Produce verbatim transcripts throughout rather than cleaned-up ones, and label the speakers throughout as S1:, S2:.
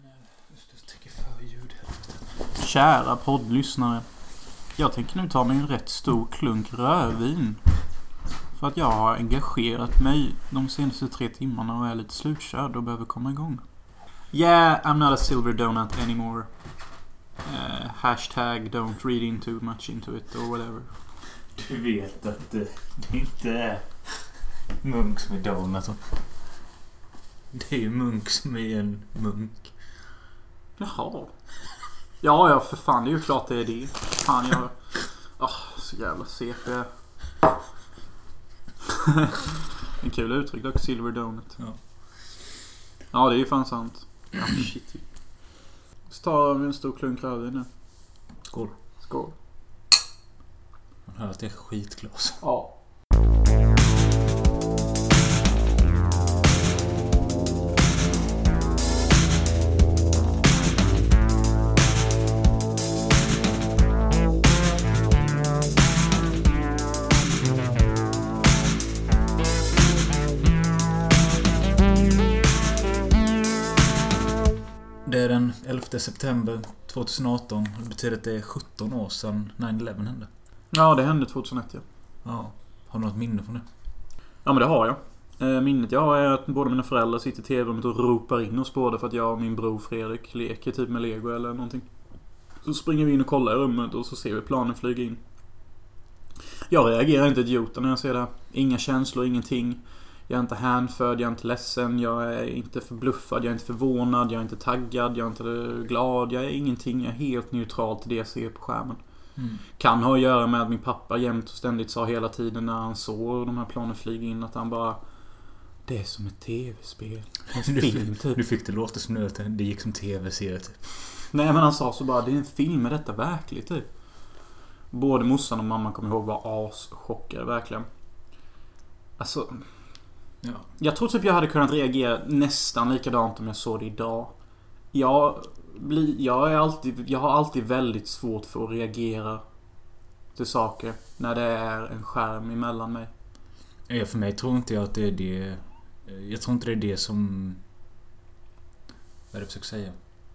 S1: Kära poddlyssnare. Jag tänker nu ta mig en rätt stor klunk rödvin. För att jag har engagerat mig de senaste tre timmarna och är lite slutkörd och behöver komma igång. Yeah, I'm not a silver donut anymore. Uh, hashtag don't read in too much into it or whatever.
S2: Du vet att det, det inte är munk som är donut. Det är ju munk som är en munk.
S1: Jaha. Ja, ja, för fan, det är ju klart det är det. Fan, jag... Åh, oh, så jävla C P. En kul uttryck dock, silver donut.
S2: Ja.
S1: Ja, det är ju fan sant. Ja, shit. Så tar vi en stor klunk rödvin nu.
S2: Skål.
S1: Skål.
S2: Man hör att det är skitglas.
S1: Ja.
S2: Det är den elfte september tjugoarton och det betyder att det är sjutton år sedan nio elva hände.
S1: Ja, det hände tjugohundraett, ja.
S2: Ja, har du något minne från det?
S1: Ja, men det har jag. Eh, minnet jag har är att båda mina föräldrar sitter i tv-rummet och ropar in oss båda för att jag och min bror Fredrik leker typ med Lego eller någonting. Så springer vi in och kollar i rummet och så ser vi planen flyga in. Jag reagerar inte idioten när jag ser det. Inga känslor, ingenting. Jag är inte hänförd, jag är inte ledsen, jag är inte förbluffad, jag är inte förvånad, jag är inte taggad, jag är inte glad, jag är ingenting, jag är helt neutral till det jag ser på skärmen.
S2: Mm.
S1: Kan ha att göra med att min pappa jämt och ständigt sa hela tiden när han såg de här planen flyga in att han bara, det är som ett tv-spel. En film typ.
S2: Du fick det låta som nu att det gick som tv-serie typ.
S1: Nej, men han sa så bara, det är en film, är detta verkligt typ. Både morsan och mamma kommer ihåg var aschockade verkligen. Alltså...
S2: Ja.
S1: Jag tror typ jag hade kunnat reagera nästan likadant om jag såg det idag. Jag, blir, jag, är alltid, jag har alltid väldigt svårt för att reagera till saker när det är en skärm emellan mig.
S2: Ja, för mig tror inte jag att det är det. Jag tror inte det är det som... Vad är det jag försöker säga?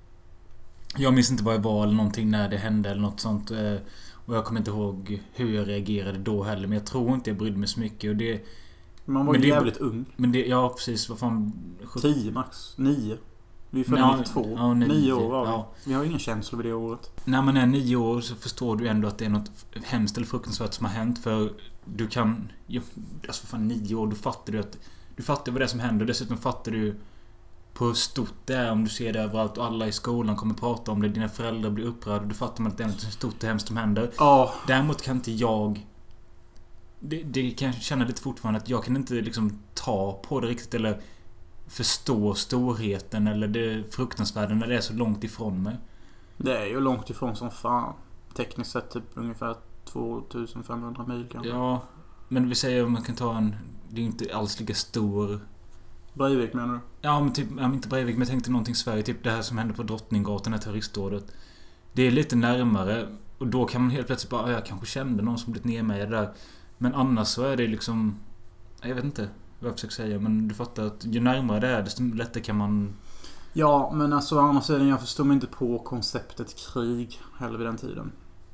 S2: Jag minns inte vad jag var eller någonting när det hände eller något sånt. Och jag kommer inte ihåg hur jag reagerade då heller. Men jag tror inte jag brydde mig så mycket. Och det...
S1: Man var
S2: men
S1: ju
S2: det,
S1: jävligt ung.
S2: Men det, ja, precis. Vad fan...
S1: tio max. Nio. Vi är födda
S2: ja,
S1: nittiotvå.
S2: Ja, nio,
S1: nio år var vi.
S2: Ja.
S1: Vi har inga känslor vid det året.
S2: När man är nio år så förstår du ändå att det är något hemskt eller fruktansvärt som har hänt. För du kan... Ja, alltså för fan nio år, då fattar du att... Du fattar vad det är som händer. Dessutom fattar du på hur stort det är om du ser det överallt. Och alla i skolan kommer prata om det. Dina föräldrar blir upprörda. Du fattar man att det är något stort och hemskt som händer.
S1: Ja.
S2: Däremot kan inte jag... Det, det kan jag känna lite fortfarande att jag kan inte liksom ta på det riktigt eller förstå storheten eller det fruktansvärda när det är så långt ifrån mig.
S1: Det är ju långt ifrån som fan. Tekniskt sett typ ungefär tvåtusen-femhundra mil kanske.
S2: Ja, men vi säger om man kan ta en... Det är inte alls lika stor...
S1: Breivik menar du?
S2: Ja, men typ... Ja, inte Breivik, men jag tänkte någonting Sverige. Typ det här som hände på Drottninggatan, det här terroristdådet. Det är lite närmare. Och då kan man helt plötsligt bara... Jag kanske kände någon som blivit nedmejad där. Men annars så är det liksom... Jag vet inte vad jag försöker säga. Men du fattar att ju närmare det är, desto lättare kan man...
S1: Ja, men alltså å andra sidan, jag förstår mig inte på konceptet krig heller vid den tiden.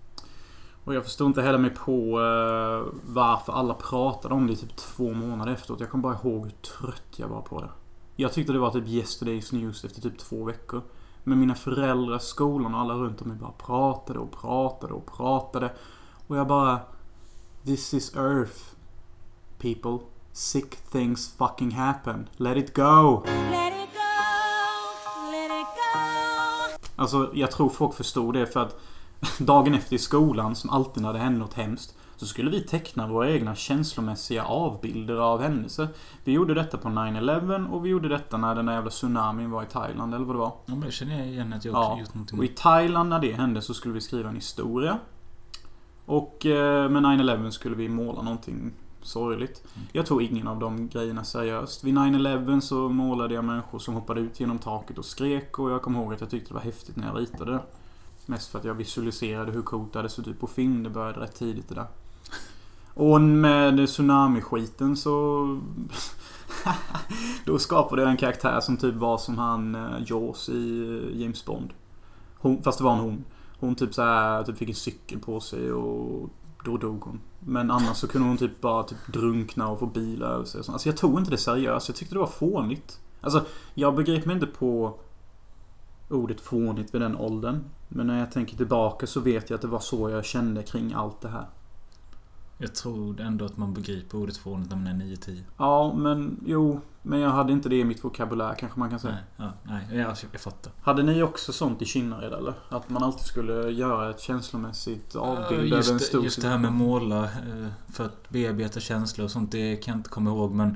S1: Och jag förstår inte heller mig på uh, varför alla pratade om det i typ två månader efteråt. Jag kommer bara ihåg hur trött jag var på det. Jag tyckte det var typ yesterday's news efter typ två veckor. Men mina föräldrar, skolan och alla runt om mig bara pratade och pratade och pratade. Och jag bara... This is Earth, people. Sick things fucking happen. Let it go. Let it go. Let it go. Alltså, jag tror folk förstod det för att dagen efter i skolan, som alltid när det hände något hemskt, så skulle vi teckna våra egna känslomässiga avbilder av händelser. Vi gjorde detta på nio elva och vi gjorde detta när den där jävla tsunamin var i Thailand, eller vad det var.
S2: Ja, men det känner jag igen att jag
S1: ja.
S2: gjort någonting.
S1: Och i Thailand när det hände så skulle vi skriva en historia. Och eh, med nio elva skulle vi måla någonting sorgligt.
S2: Mm.
S1: Jag tog ingen av de grejerna seriöst. Vid nio elva så målade jag människor som hoppade ut genom taket och skrek. Och jag kom ihåg att jag tyckte det var häftigt när jag ritade det. Mest för att jag visualiserade hur coolt det hade sett ut på film. Det började rätt tidigt det där. Och med tsunami-skiten så... då skapade jag en karaktär som typ var som han uh, Jaws i uh, James Bond. Hon, fast det var en hon. Hon typ så här, typ fick en cykel på sig och då dog hon. Men annars så kunde hon typ bara typ drunkna och få bilar över sig. Alltså jag tog inte det seriöst. Jag tyckte det var fånigt. Alltså jag begrepp mig inte på ordet fånigt vid den åldern. Men när jag tänker tillbaka så vet jag att det var så jag kände kring allt det här.
S2: Jag tror ändå att man begriper ordet fånigt när man är nio tio.
S1: Ja, men jo. Men jag hade inte det i mitt vokabulär kanske man kan säga.
S2: Nej, ja, nej jag, jag fattar.
S1: Hade ni också sånt i Kinnared eller? Att man alltid skulle göra ett känslomässigt avbild
S2: just,
S1: över en stor
S2: just det här med måla för att bearbeta känslor och sånt, det kan jag inte komma ihåg, men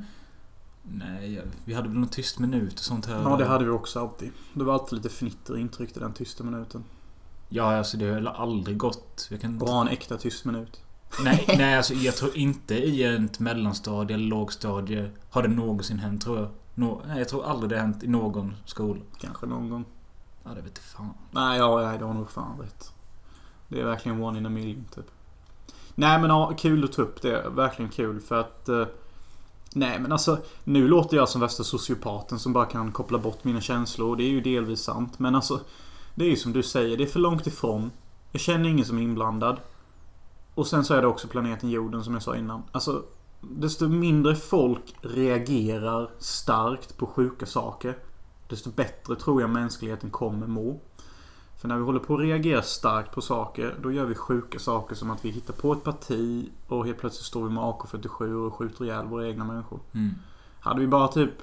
S2: nej, vi hade väl någon tyst minut och sånt här.
S1: Ja, det hade vi också alltid. Det var alltid lite fnitter intryckt i den tysta minuten.
S2: Ja, alltså det har aldrig gått. Jag kan...
S1: Och ha en äkta tyst minut.
S2: Nej, nej alltså jag tror inte i ett mellanstadie eller lågstadie har det någonsin hänt, tror jag. No, nej, jag tror aldrig det har hänt i någon skola.
S1: Kanske någon gång.
S2: Ja, det vet jag fan.
S1: Nej, ja, nej, det var nog fan rätt. Det är verkligen one in a million typ. Nej, men ja, kul att ta upp det. Verkligen kul för att... Eh, nej, men alltså... Nu låter jag som värsta sociopaten som bara kan koppla bort mina känslor. Och det är ju delvis sant. Men alltså... Det är ju som du säger, det är för långt ifrån. Jag känner ingen som är inblandad. Och sen så är det också planeten jorden som jag sa innan. Alltså, desto mindre folk reagerar starkt på sjuka saker, desto bättre tror jag mänskligheten kommer må. För när vi håller på att reagera starkt på saker, då gör vi sjuka saker som att vi hittar på ett parti och helt plötsligt står vi med A K fyrtiosju och skjuter ihjäl våra egna människor.
S2: Mm.
S1: Hade vi bara typ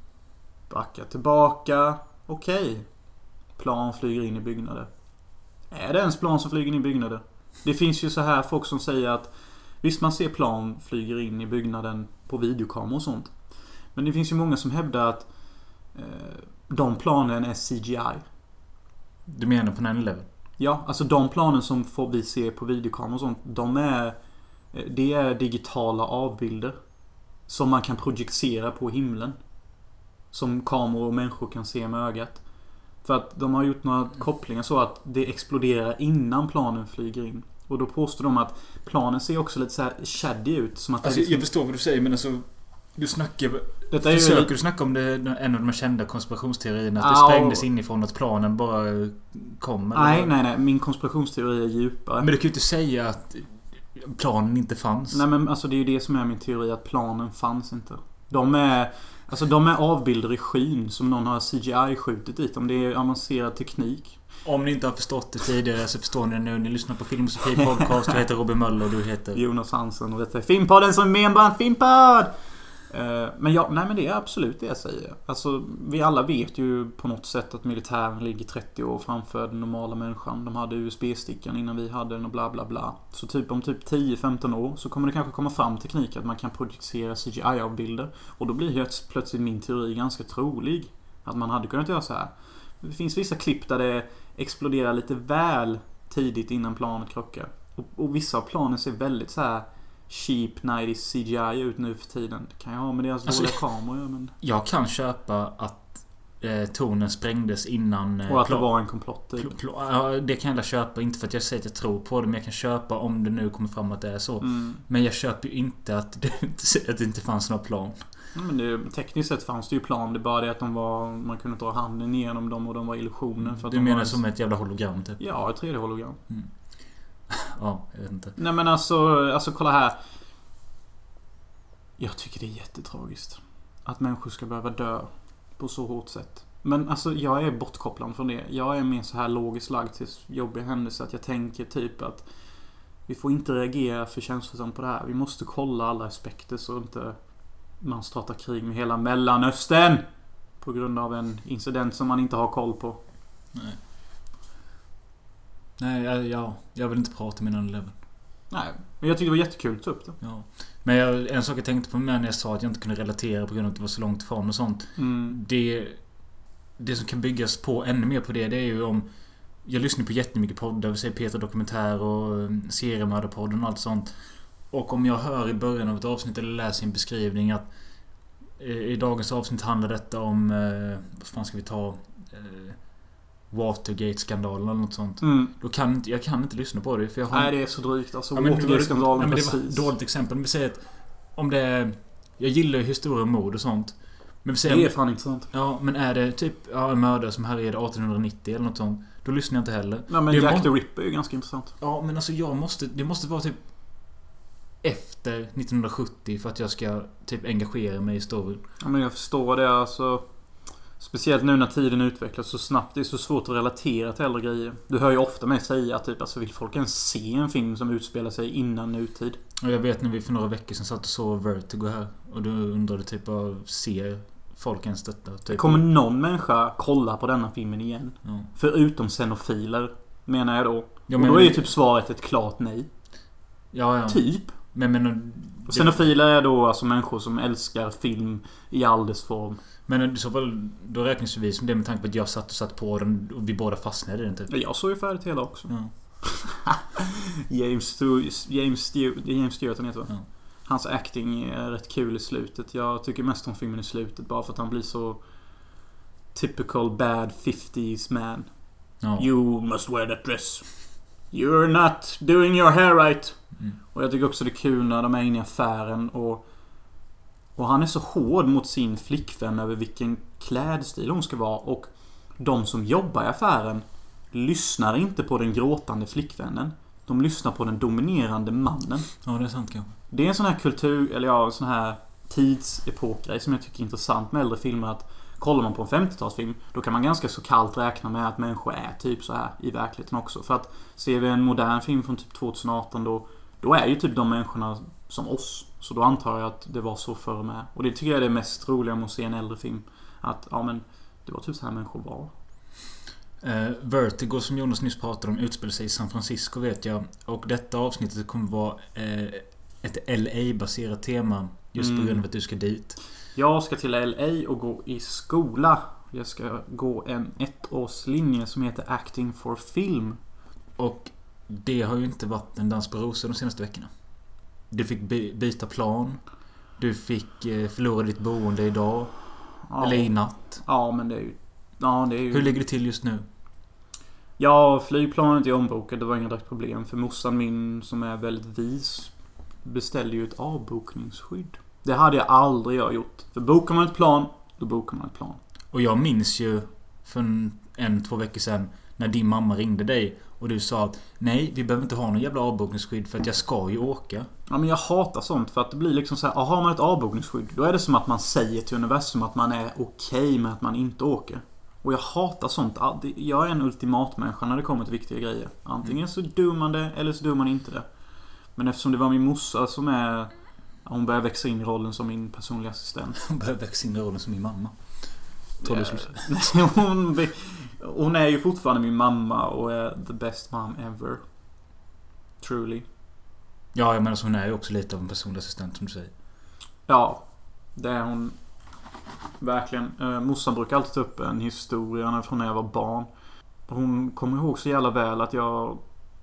S1: backat tillbaka, okej. Okay. Plan flyger in i byggnader. Är det ens plan som flyger in i byggnader? Det finns ju så här folk som säger att visst, man ser plan flyger in i byggnaden på videokameror och sånt. Men det finns ju många som hävdar att eh, de planen är C G I.
S2: Du menar på nine eleven?
S1: Ja, alltså de planen som får vi se på videokameror och sånt, de är det är digitala avbilder som man kan projicera på himlen. Som kameror och människor kan se med ögat. För att de har gjort några kopplingar så att det exploderar innan planen flyger in. Och då påstår de att planen ser också lite så här shady ut. Som att
S2: alltså,
S1: liksom...
S2: jag förstår vad du säger, men alltså... Du snackar...
S1: Detta är
S2: försöker
S1: ju...
S2: du snacka om det, en av de här kända konspirationsteorierna? Att
S1: ah,
S2: det sprängdes inifrån att planen bara kom? Eller
S1: nej,
S2: vad?
S1: nej, nej. Min konspirationsteori är djupare.
S2: Men du kan ju inte säga att planen inte fanns.
S1: Nej, men alltså det är ju det som är min teori. Att planen fanns inte. De är... Alltså de är avbilder i skyn som någon har C G I-skjutit dit. Om det är avancerad teknik.
S2: Om ni inte har förstått det tidigare så förstår ni nu. Ni lyssnar på Filmosofi podcast. Jag heter Robin Möller och du heter...
S1: Jonas Hansen. Och detta är Filmpodden som är med en filmpodd! Uh, men ja, nej men det är absolut det jag säger. Alltså vi alla vet ju på något sätt att militären ligger trettio år framför den normala människan. De hade U S B-stickan innan vi hade den och bla bla bla. Så typ om typ tio femton år så kommer det kanske komma fram teknik att man kan projicera C G I-avbilder. Och då blir helt plötsligt min teori ganska trolig. Att man hade kunnat göra så här. Det finns vissa klipp där det exploderar lite väl tidigt innan planet krockar. Och, och vissa av planen ser väldigt så här cheap nittio C G I ut nu för tiden. Det kan jag ha med deras alltså, dåliga kameror. Men... Jag
S2: kan köpa att eh, tornen sprängdes innan... Eh,
S1: och att det var en komplott.
S2: Pl- pl- ja, det kan jag köpa. Inte för att jag säger att jag tror på det, men jag kan köpa om det nu kommer fram att det är så. Mm. Men jag köper ju inte att det, att det inte fanns några plan.
S1: Ja, men det, tekniskt sett fanns det ju plan. Det är bara det att de var, man kunde dra handen igenom dem och de var illusioner. För att
S2: du
S1: de
S2: menar
S1: var
S2: som ett jävla hologram typ?
S1: Ja, ett tre D-hologram.
S2: Mm. Ja, jag vet inte.
S1: Nej men alltså, alltså kolla här. Jag tycker det är jättetragiskt att människor ska behöva dö på så hårt sätt. Men alltså jag är bortkopplad från det. Jag är mer så här logiskt lagd till jobbiga händelser att jag tänker typ att vi får inte reagera för känslosamt på det här. Vi måste kolla alla aspekter så inte man startar krig med hela Mellanöstern på grund av en incident som man inte har koll på.
S2: Nej. Nej, jag, ja, jag vill inte prata med nine eleven.
S1: Nej, men jag tyckte det var jättekul att ta upp det.
S2: Ja. Men jag, en sak jag tänkte på när jag sa att jag inte kunde relatera på grund av att det var så långt ifrån och sånt.
S1: Mm.
S2: Det, det som kan byggas på ännu mer på det, det är ju om... Jag lyssnar på jättemycket poddar, vi säger Peter Dokumentär och Seriemördarpodden och allt sånt. Och om jag hör i början av ett avsnitt eller läser en beskrivning att eh, i dagens avsnitt handlar detta om... Eh, vad fan ska vi ta... Eh, Watergate-skandalen eller något sånt.
S1: Mm.
S2: Då kan inte, jag kan inte lyssna på det. För jag har...
S1: Nej, det är så drygt. Alltså,
S2: ja, men,
S1: Watergate-skandalen,
S2: ja, men
S1: precis.
S2: Det var ett dåligt exempel. Men vi säger att om det är... Jag gillar ju historia om mord och sånt. Men vi säger,
S1: det är fan intressant.
S2: Ja, men är det typ ja, en mördare som härjade arton nittio eller något sånt, då lyssnar jag inte heller.
S1: Ja, men
S2: det
S1: Jack
S2: må...
S1: the Ripper är ju ganska intressant.
S2: Ja, men alltså jag måste... Det måste vara typ efter nittonhundrasjuttio för att jag ska typ engagera mig i storyn.
S1: Ja, men jag förstår det. Alltså, speciellt nu när tiden utvecklas så snabbt. Det är så svårt att relatera till äldre grejer. Du hör ju ofta mig säga typ, alltså, vill folk ens se en film som utspelar sig innan nutid?
S2: Och jag vet när vi för några veckor sedan satt och såg Vertigo här. Och du undrade typ av ser folk ens detta? Typ.
S1: Kommer någon människa kolla på denna filmen igen?
S2: Ja.
S1: Förutom xenofiler, menar jag då.
S2: Ja,
S1: och
S2: men...
S1: då är ju typ svaret ett klart nej.
S2: Ja, ja.
S1: Typ.
S2: Men, men, det...
S1: Xenofiler är då alltså människor som älskar film i all dess form.
S2: Men i så fall, då räknas vi som det med tanke på att jag satt och satt på den och vi båda fastnade i den typ.
S1: Jag såg ju färdigt hela också.
S2: Ja.
S1: James Stewart, James Stewart, James Stewart han heter va?
S2: Ja.
S1: Hans acting är rätt kul i slutet. Jag tycker mest om filmen i slutet bara för att han blir så typical bad fifties man.
S2: Ja.
S1: You must wear that dress. You're not doing your hair right.
S2: Mm.
S1: Och jag tycker också det är kul när de är inne i affären och och han är så hård mot sin flickvän över vilken klädstil hon ska vara, och de som jobbar i affären lyssnar inte på den gråtande flickvännen. De lyssnar på den dominerande mannen.
S2: Ja, det är sant kanske.
S1: Det är en sån här kultur, eller ja, en sån här tidsepokgrej som jag tycker är intressant med äldre filmer. Att kollar man på en femtiotalsfilm, då kan man ganska så kallt räkna med att människor är typ så här i verkligheten också. För att ser vi en modern film från typ tjugoarton, då, då är ju typ de människorna som oss. Så då antar jag att det var så förr med. Och det tycker jag är det mest roliga med att se en äldre film. Att, ja men, det var typ så här människor var.
S2: Uh, Vertigo som Jonas nyss pratade om utspelar sig i San Francisco vet jag. Och detta avsnittet kommer vara uh, ett L A-baserat tema. Just mm. på grund av att du ska dit.
S1: Jag ska till L A och gå i skola. Jag ska gå en ettårslinje som heter Acting for Film.
S2: Och det har ju inte varit en dans på rosor de senaste veckorna. Du fick by- byta plan. Du fick uh, förlora ditt boende idag. Ja. Eller i natt.
S1: Ja, men det är ju... Ja, det är ju...
S2: Hur ligger det till just nu?
S1: Ja, flygplanet är ombokat. Det var inga direkt problem. För morsan min som är väldigt vis beställde ju ett avbokningsskydd. Det hade jag aldrig jag gjort. För bokar man ett plan, då bokar man ett plan.
S2: Och jag minns ju för en, en två veckor sedan när din mamma ringde dig och du sa att nej, vi behöver inte ha någon jävla avbokningsskydd för att jag ska ju åka.
S1: Ja, men jag hatar sånt för att det blir liksom så här, har man ett avbokningsskydd, då är det som att man säger till universum att man är okej med att man inte åker. Och jag hatar sånt. Jag är en ultimatmänniska när det kommer till viktiga grejer. Antingen så dör man det eller så dör man inte det. Men eftersom det var min morsa som är... Hon börjar växa in i rollen som min personliga assistent.
S2: Hon börjar växa in i rollen som min mamma.
S1: Yeah. hon, hon är ju fortfarande min mamma och är the best mom ever. Truly.
S2: Ja, jag menar så hon är ju också lite av en personlig assistent som du säger.
S1: Ja, det är hon verkligen. Eh, morsan brukar alltid ta upp en historia från när jag var barn. Hon kommer ihåg så jävla väl att jag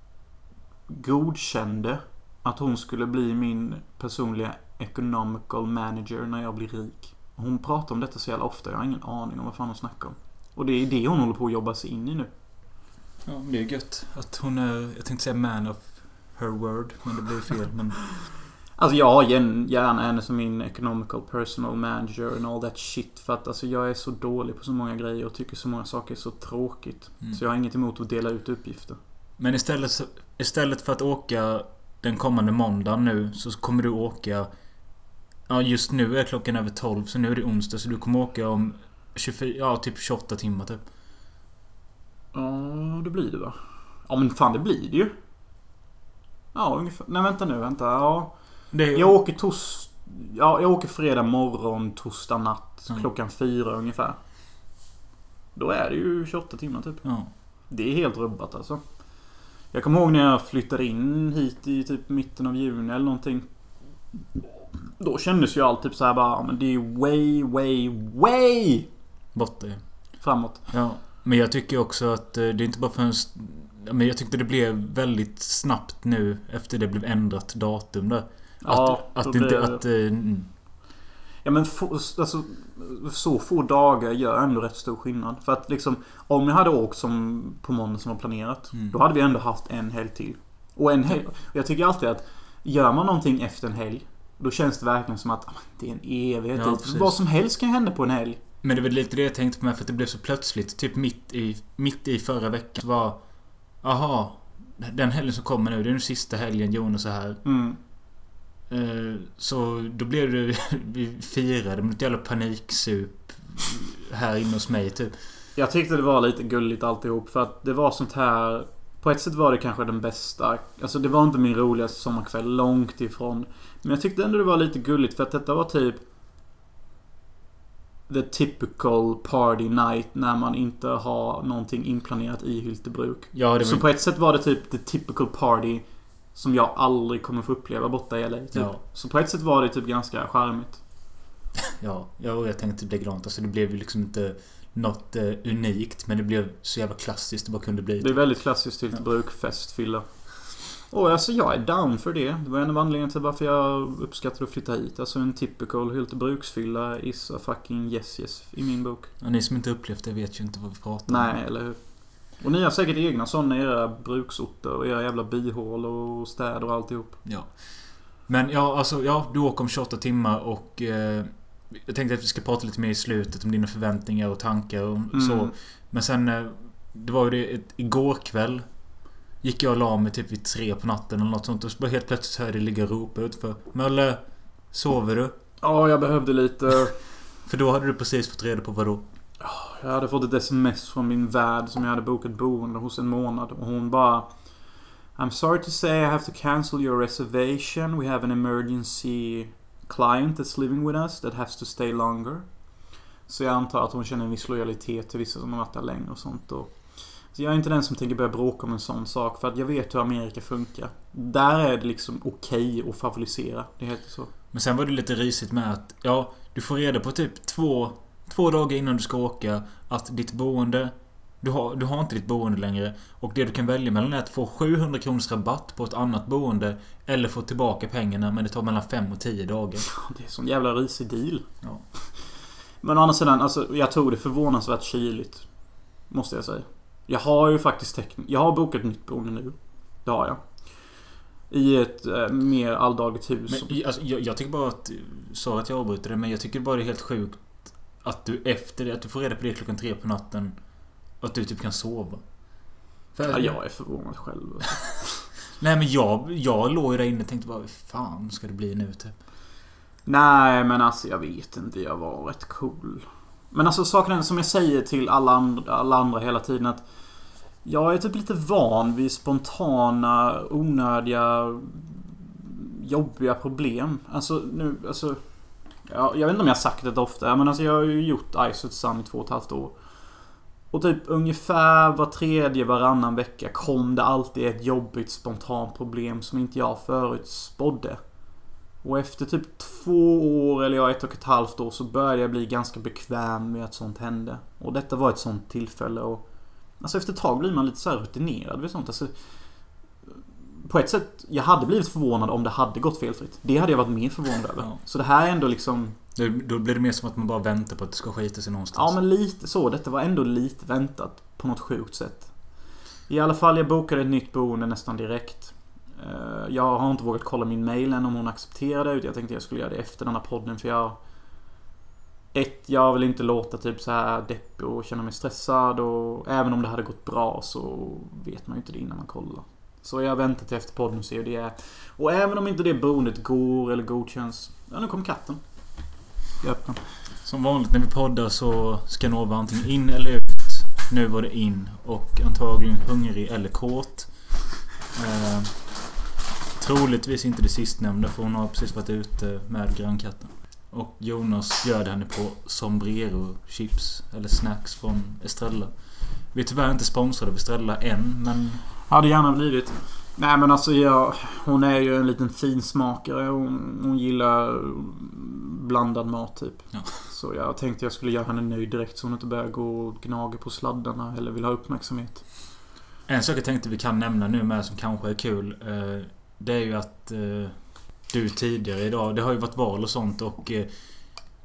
S1: godkände att hon skulle bli min personliga economical manager när jag blir rik. Hon pratar om detta så jävla ofta. Jag har ingen aning om vad fan hon snackar om. Och det är det hon håller på att jobba sig in i nu.
S2: Ja, det är gött att hon är, jag tänkte säga man of her word, men det blir fel. Men...
S1: Alltså jag har gärna henne som min economical personal manager and all that shit. För att alltså, jag är så dålig på så många grejer och tycker så många saker är så tråkigt. Mm. Så jag har inget emot att dela ut uppgifter.
S2: Men istället, istället för att åka den kommande måndagen nu, så kommer du åka... Ja, just nu är klockan över tolv, så nu är det onsdag, så du kommer åka om tjugofyra, ja, typ tjugoåtta timmar typ.
S1: Ja, det blir det va? Ja, men fan det blir det ju. Ja, ungefär. Nej, vänta nu, vänta. Ja. Det är... Jag åker tos... Ja, jag åker fredag morgon, torsdag natt, mm. klockan fyra ungefär. Då är det ju tjugoåtta timmar typ.
S2: Ja.
S1: Det är helt rubbat alltså. Jag kommer ihåg när jag flyttade in hit i typ mitten av juni eller någonting. Då kändes ju allt typ så här bara, men det är way, way, way
S2: borta
S1: framåt.
S2: Ja, men jag tycker också att det är inte bara för en... Men jag tyckte det blev väldigt snabbt nu efter det blev ändrat datum där.
S1: Ja,
S2: att, att det inte...
S1: blev...
S2: Att, mm.
S1: Ja men få, alltså, så få dagar gör ändå rätt stor skillnad. För att liksom, om jag hade åkt som på måndag som var planerat, mm. då hade vi ändå haft en helg till. Och en helg, och jag tycker alltid att gör man någonting efter en helg, då känns det verkligen som att det är en evighet. Ja, vad som helst kan hända på en helg.
S2: Men det var lite det jag tänkte på mig, för att det blev så plötsligt. Typ mitt i, mitt i förra veckan var, aha, den helgen som kommer nu, det är den sista helgen Jonas är här.
S1: Mm.
S2: Uh, så då blev det, vi firade med ett jävla paniksup här inne hos mig typ.
S1: Jag tyckte det var lite gulligt alltihop, för att det var sånt här. På ett sätt var det kanske den bästa. Alltså det var inte min roligaste sommarkväll, långt ifrån. Men jag tyckte ändå det var lite gulligt, för att detta var typ the typical party night när man inte har någonting inplanerat i Hyltebruk.
S2: Ja, det var...
S1: Så på ett sätt var det typ the typical party som jag aldrig kommer få uppleva borta i L A typ.
S2: Ja.
S1: Så på ett sätt var det typ ganska charmigt.
S2: Ja, jag tänkte bli grant. Alltså det blev ju liksom inte något eh, unikt, men det blev så jävla klassiskt det bara kunde bli.
S1: Det är väldigt klassiskt Hyltebruk festfylla. Och alltså jag är down för det. Det var en av anledningarna till varför jag uppskattade att flytta hit. Alltså en typical Hyltebruksfylla is a fucking yes yes i min bok.
S2: Ja, ni som inte upplevt det vet ju inte vad vi pratar
S1: om. Nej, eller hur? Och ni har säkert egna sådana i era bruksorter och era jävla byhål och städer och alltihop.
S2: Ja. Men ja, alltså ja, du åker om tjugoåtta timmar och eh, jag tänkte att vi ska prata lite mer i slutet om dina förväntningar och tankar och mm. så. Men sen eh, det var ju det ett, igår kväll gick jag och la mig typ vid tre på natten eller något sånt, och så bara helt plötsligt hörde det ligga och ropa ut för Mölle, sover du?
S1: Ja, jag behövde lite.
S2: För då hade du precis fått reda på vad då?
S1: Jag hade fått ett sms från min värd som jag hade bokat boende hos en månad, och hon bara I'm sorry to say I have to cancel your reservation. We have an emergency client that's living with us that has to stay longer. Så jag antar att hon känner en viss lojalitet till vissa som har varit där längre och sånt. Och så jag är inte den som tänker börja bråka om en sån sak, för att jag vet hur Amerika funkar. Där är det liksom okej att favorisera. Det heter så.
S2: Men sen var det lite risigt med att ja, du får reda på typ två, två dagar innan du ska åka att ditt boende, du har, du har inte ditt boende längre, och det du kan välja mellan är att få sjuhundra kronors rabatt på ett annat boende eller få tillbaka pengarna, men det tar mellan fem och tio dagar.
S1: Det är sån jävla risig deal.
S2: Ja.
S1: Men å andra sidan, alltså, jag tog det förvånansvärt kyligt, måste jag säga. Jag har ju faktiskt teckn- Jag har bokat ett nytt boende nu. Det har jag. I ett eh, mer alldagligt hus.
S2: Men, alltså, jag, jag tycker bara att så att jag avbryter det, men jag tycker bara det är helt sjukt att du efter det, att du får reda på det klockan tre på natten, att du typ kan sova.
S1: För ja, jag är förvånad själv.
S2: Nej, men jag, jag låg ju där inne och tänkte bara, vad fan ska det bli nu typ?
S1: Nej, men alltså jag vet inte. Jag var rätt cool. Men alltså saken är, som jag säger till alla andra, alla andra hela tiden, att jag är typ lite van vid spontana, onödiga, jobbiga problem. Alltså nu, alltså ja, jag vet inte om jag har sagt det ofta, men alltså jag har ju gjort Ice With Sun i två och ett halvt år. Och typ ungefär var tredje, varannan vecka kom det alltid ett jobbigt, spontant problem som inte jag förut spådde. Och efter typ två år, eller ja, ett och ett halvt år, så började jag bli ganska bekväm med att sånt hände. Och detta var ett sånt tillfälle. Och alltså efter ett tag blir man lite så här rutinerad vid sånt. Alltså, på ett sätt, jag hade blivit förvånad om det hade gått felfritt. Det hade jag varit mer förvånad över.
S2: Ja.
S1: Så det här är ändå liksom...
S2: Då, då blir det mer som att man bara väntar på att det ska skita sig någonstans.
S1: Ja, men lite så. Detta var ändå lite väntat på något sjukt sätt. I alla fall, jag bokade ett nytt boende nästan direkt. Jag har inte vågat kolla min mail än om hon accepterade det. Jag tänkte jag skulle göra det efter den här podden, för jag... Ett, jag vill inte låta typ så här deppig och känna mig stressad, och även om det hade gått bra så vet man ju inte det innan man kollar. Så jag väntar till efter podden och ser hur det är. Och även om inte det boendet går eller godkänns, ja, nu kom katten. Jag öppnar.
S2: Som vanligt när vi poddar så ska Nova antingen in eller ut. Nu var det in, och antagligen hungrig eller kåt. Eh, troligtvis inte det sistnämnda, för hon har precis varit ute med grannkatten. Och Jonas bjöd henne på sombrero chips eller snacks från Estrella. Vi är tyvärr inte sponsrade av Estrella än, men...
S1: Hade gärna blivit. Nej, men alltså jag, hon är ju en liten finsmakare. Hon, hon gillar blandad mat typ.
S2: Ja.
S1: Så jag tänkte jag skulle göra henne nöjd direkt, så hon inte börjar gå och gnaga på sladdarna eller vill ha uppmärksamhet.
S2: En sak jag tänkte vi kan nämna nu med som kanske är kul, det är ju att du tidigare idag, det har ju varit val och sånt, och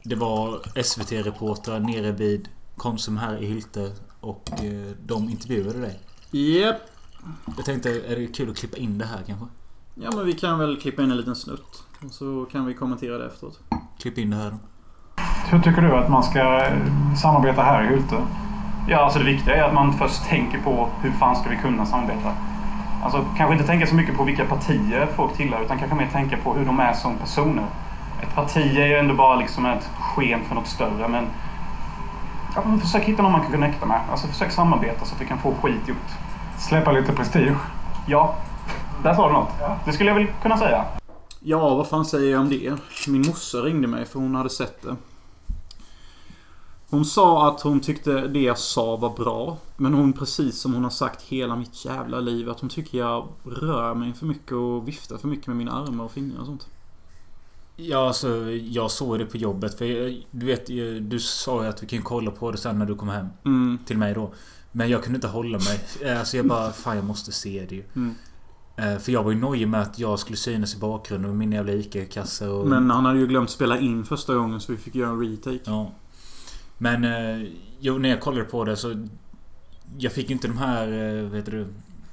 S2: Det var S V T-reportrar nere vid Konsum här i Hylte. Och eh, de intervjuade dig.
S1: Japp. Yep.
S2: Jag tänkte, är det kul att klippa in det här kanske?
S1: Ja, men vi kan väl klippa in en liten snutt. Och så kan vi kommentera det efteråt.
S2: Klipp in det här då.
S3: Hur tycker du att man ska samarbeta här i Hylte? Ja, alltså det viktiga är att man först tänker på hur fan ska vi kunna samarbeta. Alltså kanske inte tänka så mycket på vilka partier folk tillhör, utan kanske mer tänka på hur de är som personer. Ett parti är ju ändå bara liksom ett sken för något större, men ja, men försök hitta någon man kan connecta med. Alltså försök samarbeta så att vi kan få skit gjort.
S4: Släppa lite prestige.
S3: Ja, där sa du något. Det skulle jag väl kunna säga.
S1: Ja, vad fan säger jag om det? Min morsa ringde mig för hon hade sett det. Hon sa att hon tyckte det jag sa var bra. Men hon, precis som hon har sagt hela mitt jävla liv, att hon tycker jag rör mig för mycket och viftar för mycket med mina armar och fingrar och sånt.
S2: Ja, alltså jag såg det på jobbet. För jag, du vet, du sa ju att vi kan kolla på det sen när du kommer hem
S1: mm.
S2: till mig då. Men jag kunde inte hålla mig. Alltså jag bara, fan jag måste se det ju.
S1: Mm.
S2: För jag var ju nöjd med att jag skulle synas i bakgrunden med min jävla Ica-kassa och...
S1: Men han hade ju glömt spela in första gången, så vi fick göra en retake.
S2: Ja. Men jo, när jag kollade på det så jag fick inte de här, vad heter det,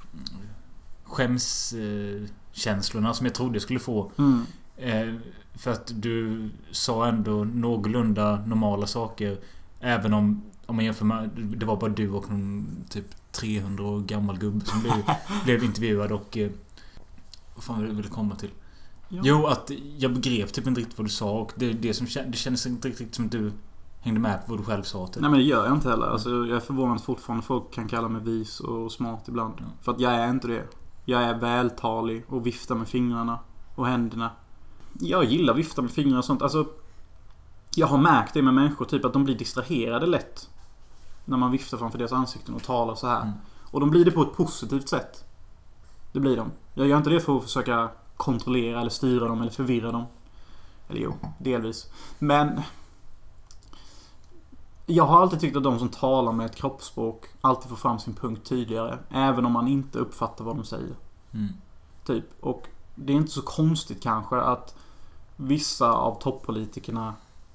S2: skämskänslorna som jag trodde jag skulle få.
S1: Mm.
S2: För att du sa ändå någorlunda normala saker. Även om, om man jämför med, det var bara du och någon typ trehundra år gammal gubbe som blev, blev intervjuad och vad fan vill du komma till? Ja. Jo, att jag begrep typ inte riktigt vad du sa. Och det, det, som, det kändes inte riktigt som att du hängde med på vad du själv sa till.
S1: Nej, men det gör jag inte heller. Alltså, jag är förvånad fortfarande folk kan kalla mig vis och smart ibland. Ja. För att jag är inte det. Jag är vältalig och viftar med fingrarna och händerna. Jag gillar vifta med fingrarna och sånt. Alltså, jag har märkt det med människor typ att de blir distraherade lätt när man viftar framför deras ansikten och talar så här. Mm. Och de blir det på ett positivt sätt. Det blir de. Jag gör inte det för att försöka kontrollera eller styra dem eller förvirra dem. Eller jo, delvis. Men jag har alltid tyckt att de som talar med ett kroppsspråk alltid får fram sin punkt tydligare. Även om man inte uppfattar vad de säger.
S2: Mm.
S1: Typ. Och det är inte så konstigt kanske att vissa av toppolitikerna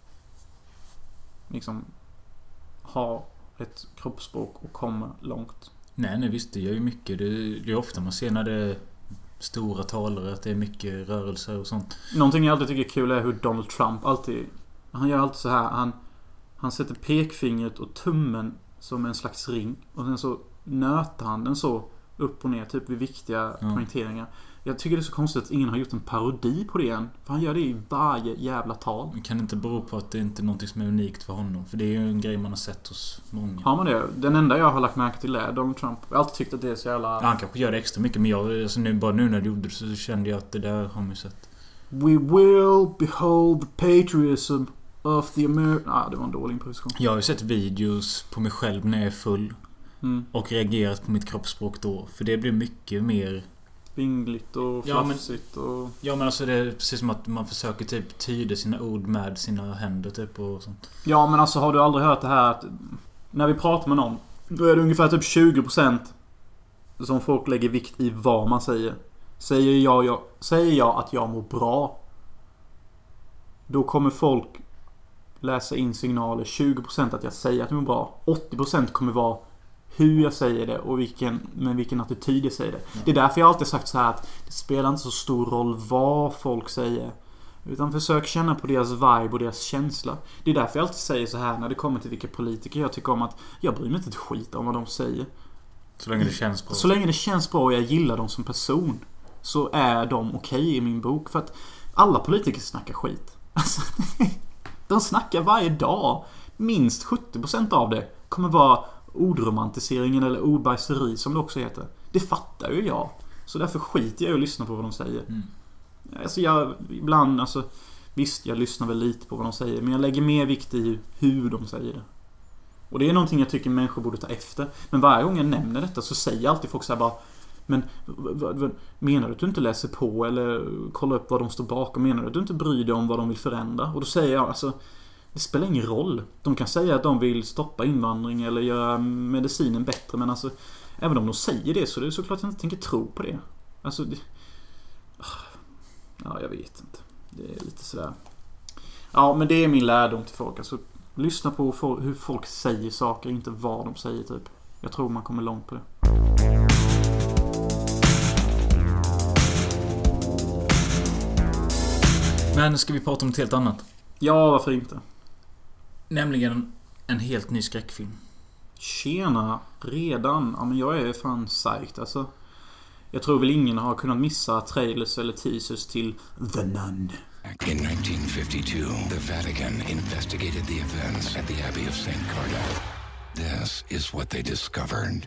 S1: liksom har ett kroppsspråk och kommer långt.
S2: Nej, nej visst, det gör ju mycket. Det, det är ofta man ser när det är stora talare att det är mycket rörelser och sånt.
S1: Någonting jag alltid tycker är kul är hur Donald Trump alltid, han gör alltid så här, han, han sätter pekfingret och tummen som en slags ring och sen så nöter han den så upp och ner typ vid viktiga ja. poängteringar. Jag tycker det är så konstigt att ingen har gjort en parodi på det än. För han gör det i varje jävla tal.
S2: Det kan inte bero på att det inte är något som är unikt för honom. För det är ju en grej man har sett hos många.
S1: Har man det? Den enda jag har lagt märke till är Donald Trump. Jag har alltid tyckt att det är så jävla...
S2: Ja, han kanske gör det extra mycket. Men jag, alltså nu, bara nu när du gjorde det så kände jag att det där har man ju sett.
S1: We will behold the patriotism of the American... Ah, det var en dålig improvisation.
S2: Jag har ju sett videos på mig själv när jag är full.
S1: Mm.
S2: Och reagerat på mitt kroppsspråk då. För det blir mycket mer...
S1: vingligt och flafsigt
S2: ja,
S1: och...
S2: Ja, men alltså det är precis som att man försöker typ tyda sina ord med sina händer typ och sånt.
S1: Ja, men alltså har du aldrig hört det här att när vi pratar med någon, då är det ungefär typ tjugo procent som folk lägger vikt i vad man säger. Säger jag, jag, säger jag att jag mår bra, då kommer folk läsa in signaler tjugo procent att jag säger att jag mår bra. åttio procent kommer vara hur jag säger det och vilken, med vilken attityd jag säger det. Mm. Det är därför jag alltid sagt så här att det spelar inte så stor roll vad folk säger, utan försök känna på deras vibe och deras känsla. Det är därför jag alltid säger så här när det kommer till vilka politiker jag tycker om, att jag bryr mig inte ett skit om vad de säger.
S2: Så länge det känns bra.
S1: Så länge det känns bra och jag gillar dem som person, så är de okej i min bok. För att alla politiker snackar skit. Alltså, de snackar varje dag. Minst sjuttio procent av det kommer vara ordromantiseringen eller ordbajseri som det också heter. Det fattar ju jag. Så därför skiter jag i att lyssna på vad de säger.
S2: Mm.
S1: Alltså jag ibland, alltså visst, jag lyssnar väl lite på vad de säger, men jag lägger mer vikt i hur de säger det. Och det är någonting jag tycker människor borde ta efter. Men varje gång jag nämner detta så säger alltid folk så här bara: men vad, vad, menar du att du inte läser på eller kollar upp vad de står bakom? Menar du att du inte bryr dig om vad de vill förändra? Och då säger jag, alltså det spelar ingen roll. De kan säga att de vill stoppa invandring eller göra medicinen bättre, men alltså även om de säger det så är det såklart att jag inte tänker tro på det. Alltså det... Ja, jag vet inte. Det är lite sådär... Ja, men det är min lärdom till folk. Alltså, lyssna på hur folk säger saker, inte vad de säger typ. Jag tror man kommer långt på det.
S2: Men ska vi prata om något helt annat?
S1: Ja, varför inte?
S2: Nämligen en helt ny skräckfilm.
S1: Tjena, redan? Ja, men jag är fan psyched alltså. Jag tror väl ingen har kunnat missa trailers eller teasers till The Nun.
S4: In nineteen fifty-two, the Vatican investigated the events at the Abbey of Saint Carda. This is what they discovered.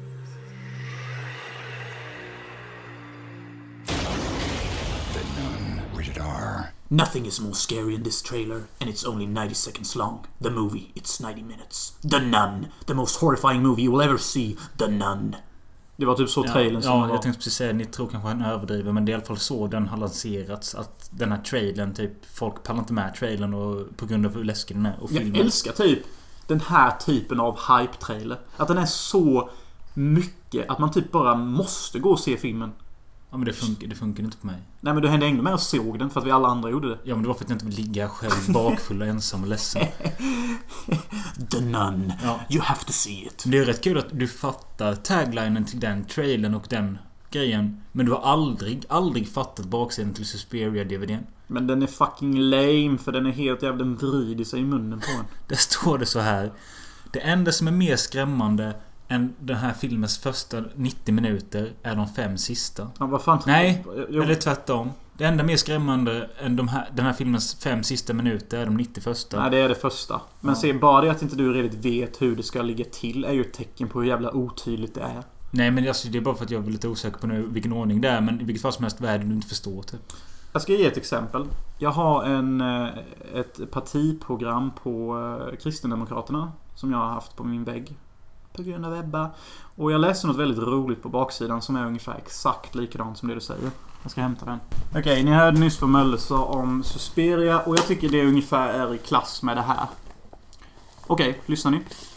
S4: The Nun, rated R.
S1: Nothing is more scary in this trailer, and it's only ninety seconds long. The movie, it's ninety minutes. The Nun, the most horrifying movie you will ever see. The Nun. Det var typ så trailern
S2: ja,
S1: som
S2: ja,
S1: var.
S2: Jag tänkte precis säga, ni tror kanske han överdriver, men det är i alla fall så den har lanserats. Att den här trailern, typ, folk pallar inte med trailern och, på grund av hur läskig den är. Och
S1: jag
S2: filmen.
S1: älskar typ den här typen av hype-trailer. Att den är så mycket att man typ bara måste gå och se filmen.
S2: Ja, men det funkar, det funkar inte på mig.
S1: Nej, men du hängde ändå med och såg den för att vi alla andra gjorde det.
S2: Ja, men det var för att jag inte vill ligga själv bakfull och ensam och ledsen.
S1: The Nun.
S2: Ja.
S1: You have to see it.
S2: Det är rätt kul att du fattar taglinen till den trailern och den grejen. Men du har aldrig, aldrig fattat baksidan till Suspiria-D V D:n.
S1: Men den är fucking lame, för den är helt jävla vridig sig i munnen på en.
S2: Där står det så här. Det enda som är mer skrämmande än den här filmens första nittio minuter är de fem sista.
S1: Ja, vad fan?
S2: Nej,
S1: Jo.
S2: eller tvärtom. Det enda mer skrämmande än de här, den här filmens fem sista minuter är de nittio första.
S1: Nej, det är det första. Men
S2: Ja.
S1: se, bara det att inte du redan vet hur det ska ligga till är ju ett tecken på hur jävla otydligt det är.
S2: Nej, men alltså, det är bara för att jag är lite osäker på nu vilken ordning det är. Men i vilket fall som helst världen du inte förstår typ.
S1: Jag ska ge ett exempel. Jag har en, ett partiprogram på Kristdemokraterna som jag har haft på min vägg. På grund av Ebba. Och jag läste något väldigt roligt på baksidan som är ungefär exakt likadant som det du säger. Jag ska hämta den. Okej, okay, ni hörde nyss vad Mölle sa om Suspiria. Och jag tycker det ungefär är i klass med det här. Okej, okay, lyssnar ni?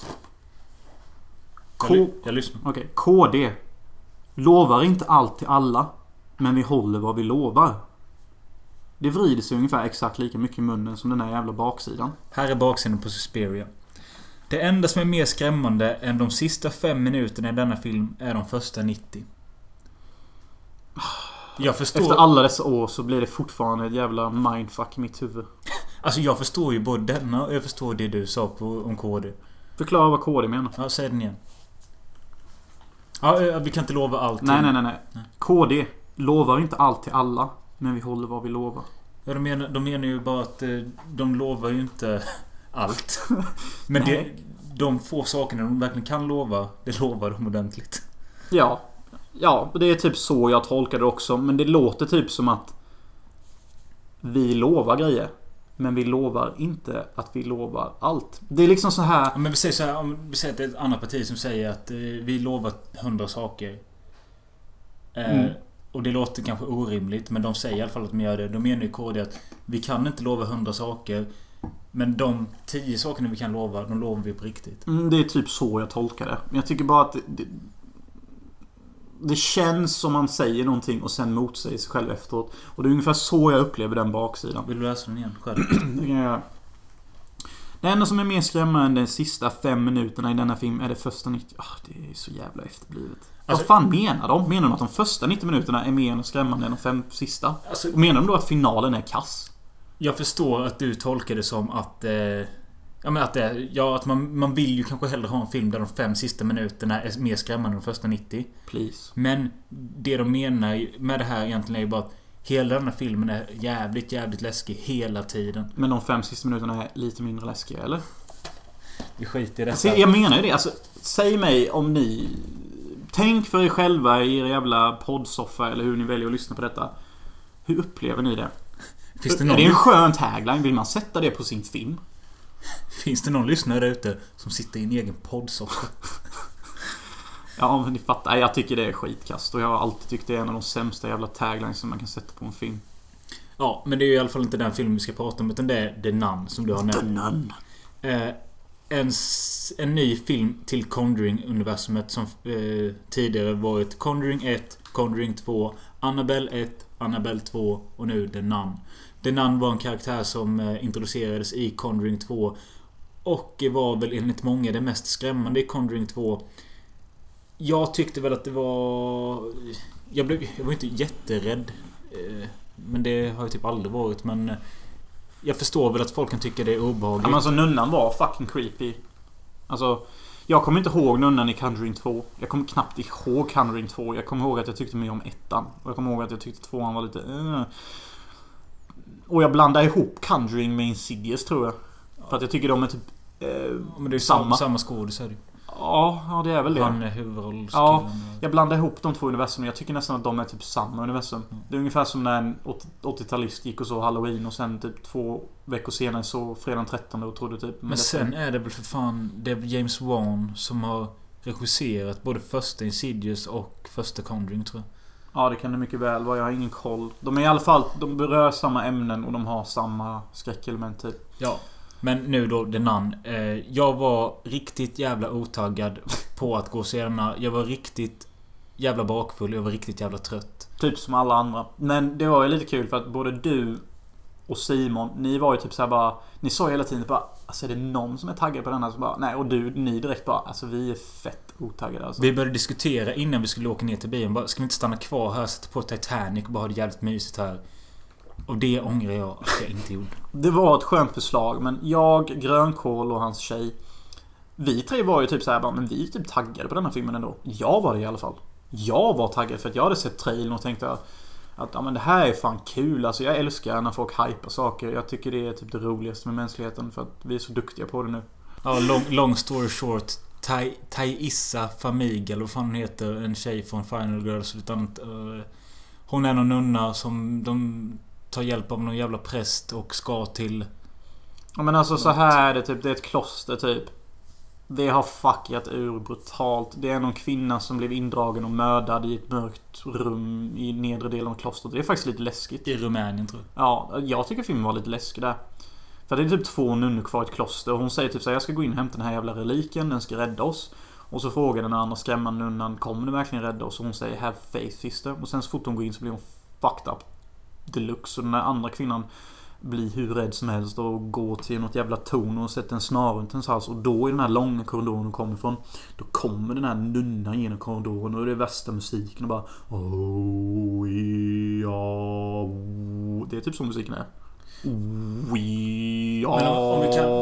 S1: K-
S2: Jag, jag lyssnar.
S1: Okej, okay. K D. Lovar inte allt till alla. Men vi håller vad vi lovar. Det vrider sig ungefär exakt lika mycket i munnen som den här jävla baksidan.
S2: Här är baksidan på Suspiria. Det enda som är mer skrämmande än de sista fem minuterna i denna film är de första nittio. Jag förstår...
S1: Efter alla dessa år så blir det fortfarande ett jävla mindfuck i mitt huvud.
S2: Alltså jag förstår ju både denna och jag förstår det du sa på, om K D.
S1: Förklara vad K D menar.
S2: Ja, säg den igen. Ja, vi kan inte lova allt.
S1: Nej, nej, nej, nej. nej. K D lovar inte allt till alla. Men vi håller vad vi lovar.
S2: Ja, de menar, de menar ju bara att de lovar ju inte allt. Men det, de få sakerna de verkligen kan lova, det lovar de ordentligt.
S1: Ja. Ja, det är typ så jag tolkar det också. Men det låter typ som att vi lovar grejer. Men vi lovar inte att vi lovar allt. Det är liksom så här...
S2: Ja, men vi säger så här, om vi säger att det är ett annat parti som säger att eh, vi lovar hundra saker. Eh,
S1: Mm.
S2: Och det låter kanske orimligt, men de säger i alla fall att de gör det. De menar ju K D att vi kan inte lova hundra saker. Men de tio sakerna vi kan lova, de lovar vi på riktigt.
S1: Mm, det är typ så jag tolkar det. Men jag tycker bara att det, det, det känns som man säger någonting och sen motsäger sig själv efteråt. Och det är ungefär så jag upplever den baksidan.
S2: Vill du läsa den igen själv?
S1: Det kan jag göra. Det enda som är mer skrämmande än de sista fem minuterna i denna film är det första nittio... Ah, det är så jävla efterblivet.
S2: Alltså,
S1: vad fan menar de? Menar de att de första nittio minuterna är mer skrämmande än de fem sista?
S2: Alltså,
S1: Och menar de då att finalen är kass?
S2: jag förstår att du tolkar det som att... Eh, ja, men att, det, ja, att man, man vill ju kanske hellre ha en film där de fem sista minuterna är mer skrämmande än de första nittio.
S1: Please.
S2: Men det de menar med det här egentligen är ju bara att hela den här filmen är jävligt, jävligt läskig hela tiden.
S1: Men de fem sista minuterna är lite mindre läskiga, eller?
S2: Vi skiter i det.
S1: Alltså, jag menar ju det. Alltså, säg mig om ni... Tänk för er själva i er jävla poddsoffa eller hur ni väljer att lyssna på detta. Hur upplever ni det?
S2: Finns det
S1: någon... Är det en skön tagline? Vill man sätta det på sin film?
S2: Finns det någon lyssnare där ute som sitter i en egen poddsoffa?
S1: Ja, men ni fattar. Jag tycker det är skitkast. Och jag har alltid tyckt det är en av de sämsta jävla taglines som man kan sätta på en film.
S2: Ja, men det är ju i alla fall inte den film vi ska prata om, utan det är The Nun som du har nämnt.
S1: The Nun.
S2: Eh, en, en ny film till Conjuring-universumet som eh, tidigare varit Conjuring ett, Conjuring två, Annabelle ett, Annabelle två och nu The Nun. The Nun var en karaktär som eh, introducerades i Conjuring två och var väl enligt många det mest skrämmande i Conjuring två. Jag tyckte väl att det var... Jag, blev, jag var inte jätterädd. Eh, men det har jag typ aldrig varit. Men jag förstår väl att folk kan tycka det är obehagligt.
S1: Ja, men alltså nunnan var fucking creepy. Alltså, jag kommer inte ihåg nunnan i Conjuring två. Jag kommer knappt ihåg Conjuring två. Jag kommer ihåg att jag tyckte mer om ettan. Och jag kommer ihåg att jag tyckte tvåan var lite... Uh. Och jag blandade ihop Conjuring med Insidious, tror jag. För att jag tycker de är typ... Uh,
S2: men det är
S1: samma.
S2: Samma skådespelare.
S1: Ja, ja, det är väl det.
S2: Han är huvudrollskillen.
S1: Ja, jag blandar ihop de två universum. Jag tycker nästan att de är typ samma universum. Mm. Det är ungefär som när en åttiotalist gick och så Halloween och sen typ två veckor senare så fredag trettonde och trodde typ...
S2: Men, men sen är det väl för fan det är James Wan som har regisserat både första Insidious och första Conjuring, tror jag.
S1: Ja, det kan det mycket väl vara. Jag har ingen koll. De är i alla fall... De berör samma ämnen och de har samma skräckelement typ.
S2: Ja. Men nu då, The Nun. Eh, jag var riktigt jävla otaggad på att gå och se denna. Jag var riktigt jävla bakfull. Jag var riktigt jävla trött.
S1: Typ som alla andra. Men det var ju lite kul för att både du och Simon, ni var ju typ såhär bara... Ni sa hela tiden bara... Alltså är det någon som är taggad på den här? Så bara, nej, och du, ni direkt bara... Alltså vi är fett otaggade alltså.
S2: Vi började diskutera innan vi skulle åka ner till bion. Bara, ska vi inte stanna kvar här, sätta på Titanic och bara ha det jävligt mysigt här? Och det ångrar jag att jag inte gjorde.
S1: Det var ett skönt förslag. Men jag, Grönkål och hans tjej, vi tre var ju typ så här bara, men vi är typ taggade på den här filmen ändå. Jag var det i alla fall. Jag var taggad för att jag hade sett trailern och tänkte att ja, men det här är fan kul. Alltså jag älskar när folk hypar saker. Jag tycker det är typ det roligaste med mänskligheten. För att vi är så duktiga på det nu.
S2: Ja, long, long story short. Tai, Taissa Famig, eller vad fan hon heter, en tjej från Final Girls. Utan, uh, hon är någon nunna som de... tar hjälp av någon jävla präst och ska till...
S1: Ja, men alltså så här är det typ. Det är ett kloster typ. Det har fuckat ur brutalt. Det är någon kvinna som blev indragen och mördad i ett mörkt rum i nedre delen av klostret. Det är faktiskt lite läskigt.
S2: I Rumänien, tror jag.
S1: Ja, jag tycker filmen var lite läskig där. För det är typ två nunnor kvar i ett kloster. Och hon säger typ så här: jag ska gå in och hämta den här jävla reliken. Den ska rädda oss. Och så frågar den andra skrämmande nunnan: kommer du verkligen rädda oss? Och hon säger: have faith, sister. Och sen så fort hon går in så blir hon fucked up deluxe. Och den andra kvinnan blir hur rädd som helst och går till något jävla torn och sätter en snara runt ens hals. Och då i den här långa korridoren hon kommer ifrån, då kommer den här nunnan genom korridoren och det är värsta musiken och bara oh, ja, det är typ som musiken är. We are, om vi kan...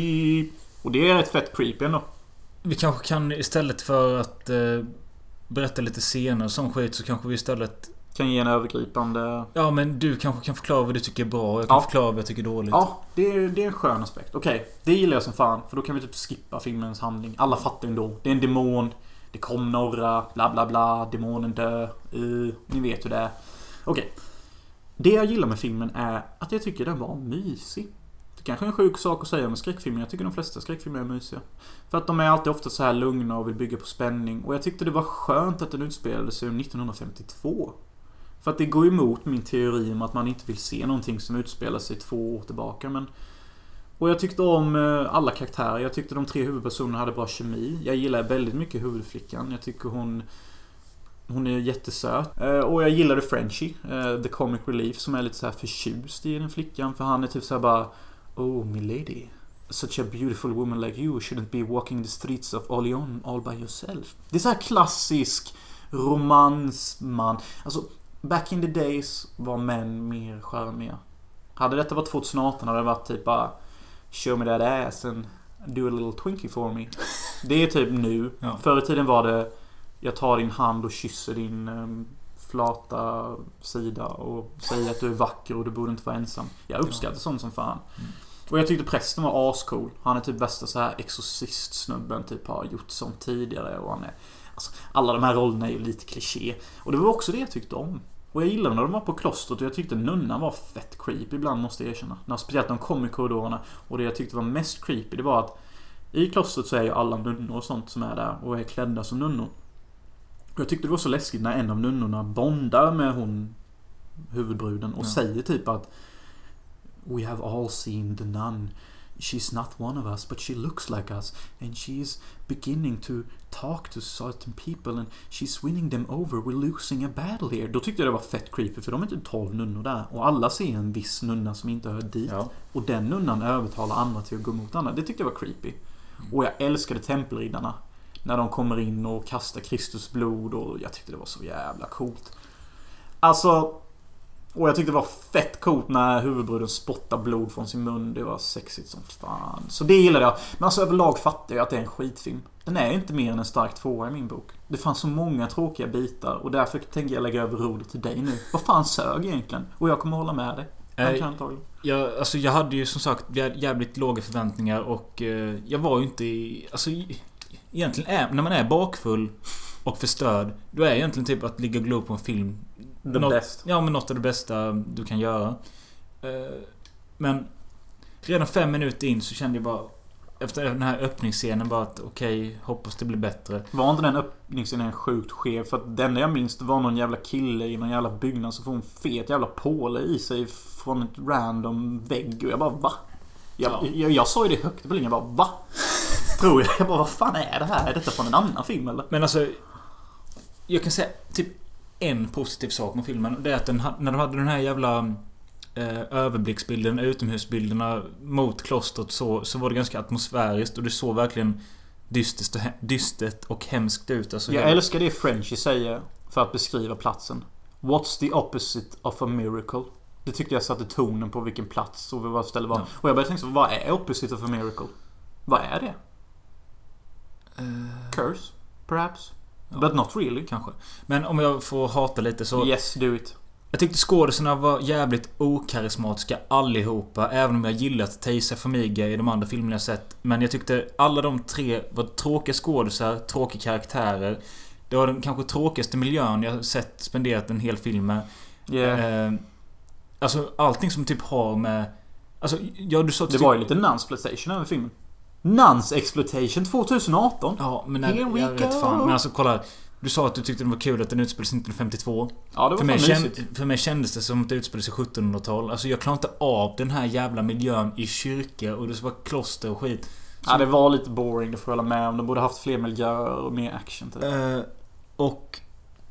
S1: Och det är rätt fett creepy ändå.
S2: Vi kanske kan istället för att eh, berätta lite senare som skit, så kanske vi istället
S1: kan ge en övergripande...
S2: Ja, men du kanske kan förklara vad du tycker är bra. Jag kan
S1: ja.
S2: förklara vad jag tycker är dåligt.
S1: Ja, det är, det är en skön aspekt. Okej, okay. Det gillar jag som fan. För då kan vi typ skippa filmens handling. Alla fattar ändå. Det är en demon. Det kom några. Bla bla bla. Demonen dör. Uh, ni vet hur det är. Okej. Okay. Det jag gillar med filmen är att jag tycker den var mysig. Det kanske är en sjuk sak att säga med skräckfilmer. Jag tycker de flesta skräckfilmer är mysiga. För att de är alltid ofta så här lugna och vill bygga på spänning. Och jag tyckte det var skönt att den utspelade sig nittonhundrafemtiotvå. För att det går emot min teori om att man inte vill se någonting som utspelar sig två år tillbaka. Men... Och jag tyckte om alla karaktärer. Jag tyckte de tre huvudpersonerna hade bra kemi. Jag gillar väldigt mycket huvudflickan. Jag tycker hon... Hon är jättesöt. Och jag gillade Frenchie, The Comic Relief, som är lite så här förtjust i den flickan. För han är typ så här bara: oh, milady, such a beautiful woman like you shouldn't be walking the streets of Orléans all by yourself. Det är så här klassisk romansman. Alltså, back in the days var män mer charmiga. Hade detta varit tjugoarton hade det varit typ bara: show me that ass and do a little twinkie for me. Det är typ nu. Ja. Förr i tiden var det: jag tar din hand och kysser din um, flata sida och säger att du är vacker och du borde inte vara ensam. Jag uppskattar ja. sånt som fan. Mm. Och jag tyckte prästen var ascool. Han är typ bästa så här exorcist-snubben typ har gjort sånt tidigare. Och han är, alltså, alla de här rollerna är ju lite kliché. Och det var också det jag tyckte om. Och jag gillade när de var på klostret och jag tyckte nunnan var fett creepy ibland, måste jag erkänna. När speciellt de kom i korridorerna. Och det jag tyckte var mest creepy, det var att i klostret så är ju alla nunnor och sånt som är där och är klädda som nunnor. Och jag tyckte det var så läskigt när en av nunnorna bondar med hon huvudbruden och ja. säger typ att: we have all seen the nun. she's not one of us, but she looks like us, and she's beginning to talk to certain people, and she's winning them over. We're losing a battle here. Då tyckte jag det var fett creepy, för de är inte tolv nunnor där, och alla ser en viss nunna som inte hör dit, ja. Och den nunnan övertalar andra till att gå mot andra. Det tyckte jag var creepy. Mm. Och jag älskade tempelriddarna när de kommer in och kastar Kristus blod, och jag tyckte det var så jävla coolt. Alltså, och jag tyckte det var fett coolt när huvudbruden spottar blod från sin mun. Det var sexigt som fan. Så det gillade jag. Men alltså överlag fattar jag att det är en skitfilm. Den är inte mer än en stark tvåa i min bok. Det fanns så många tråkiga bitar, och därför tänker jag lägga över rodet till dig nu. Vad fan sög egentligen? Och jag kommer hålla med dig.
S2: Jag, jag, alltså jag hade ju som sagt jävligt låga förväntningar, och eh, jag var ju inte i, alltså egentligen är, när man är bakfull och förstörd, då är egentligen typ att ligga och glo på en film
S1: the
S2: något,
S1: best.
S2: Ja, men något av det bästa du kan göra. eh, Men redan fem minuter in så kände jag bara, efter den här öppningsscenen, bara att okej, okay, hoppas det blir bättre.
S1: Var inte den öppningsscenen sjukt skev? För att den jag minns, det var någon jävla kille i någon jävla byggnad som får en fet jävla påle i sig från ett random vägg. Och jag bara, va? Jag, ja. jag, jag sa ju det högt på linjen, jag bara, va? Tror jag. Jag bara, vad fan är det här? Är detta från en annan film eller?
S2: Men alltså, jag kan säga typ en positiv sak med filmen. Det är att den, när de hade den här jävla eh, överblicksbilden, utomhusbilderna mot klostret, så, så var det ganska atmosfäriskt, och det såg verkligen dystert och, dystert och hemskt ut. Alltså,
S1: jag älskar det Frenchy säger för att beskriva platsen. What's the opposite of a miracle? Det tyckte jag satte tonen på vilken plats och vad ställe var. Ja. Och jag började tänka så, vad är opposite of a miracle? Vad är det? Uh... Curse, perhaps. Ja. But not really.
S2: Kanske. Men om jag får hata lite så...
S1: Yes, do it.
S2: Jag tyckte skådespelarna var jävligt okarismatiska allihopa, även om jag gillat Teisa Famiga i de andra filmerna jag sett. Men jag tyckte alla de tre var tråkiga skådespelare, tråkiga karaktärer. Det var den kanske tråkigaste miljön jag sett spenderat en hel film med.
S1: Yeah.
S2: Eh, alltså allting som typ har med... Alltså, ja, du sa
S1: det typ... var ju lite nunsploitation över filmen. Nuns exploitation tjugo arton.
S2: Ja, men när, jag vet fan. Men alltså kolla, du sa att du tyckte det var kul att den utspelades femtiotvå.
S1: Ja, det var
S2: för, mig
S1: känd,
S2: för mig kändes det som att det utspelades i sjuttonhundratal. Alltså jag klarar inte av den här jävla miljön i kyrka, och det var kloster och skit. Så...
S1: Ja, det var lite boring, det får jag hålla med om. De borde haft fler miljöer och mer action till det.
S2: Uh, och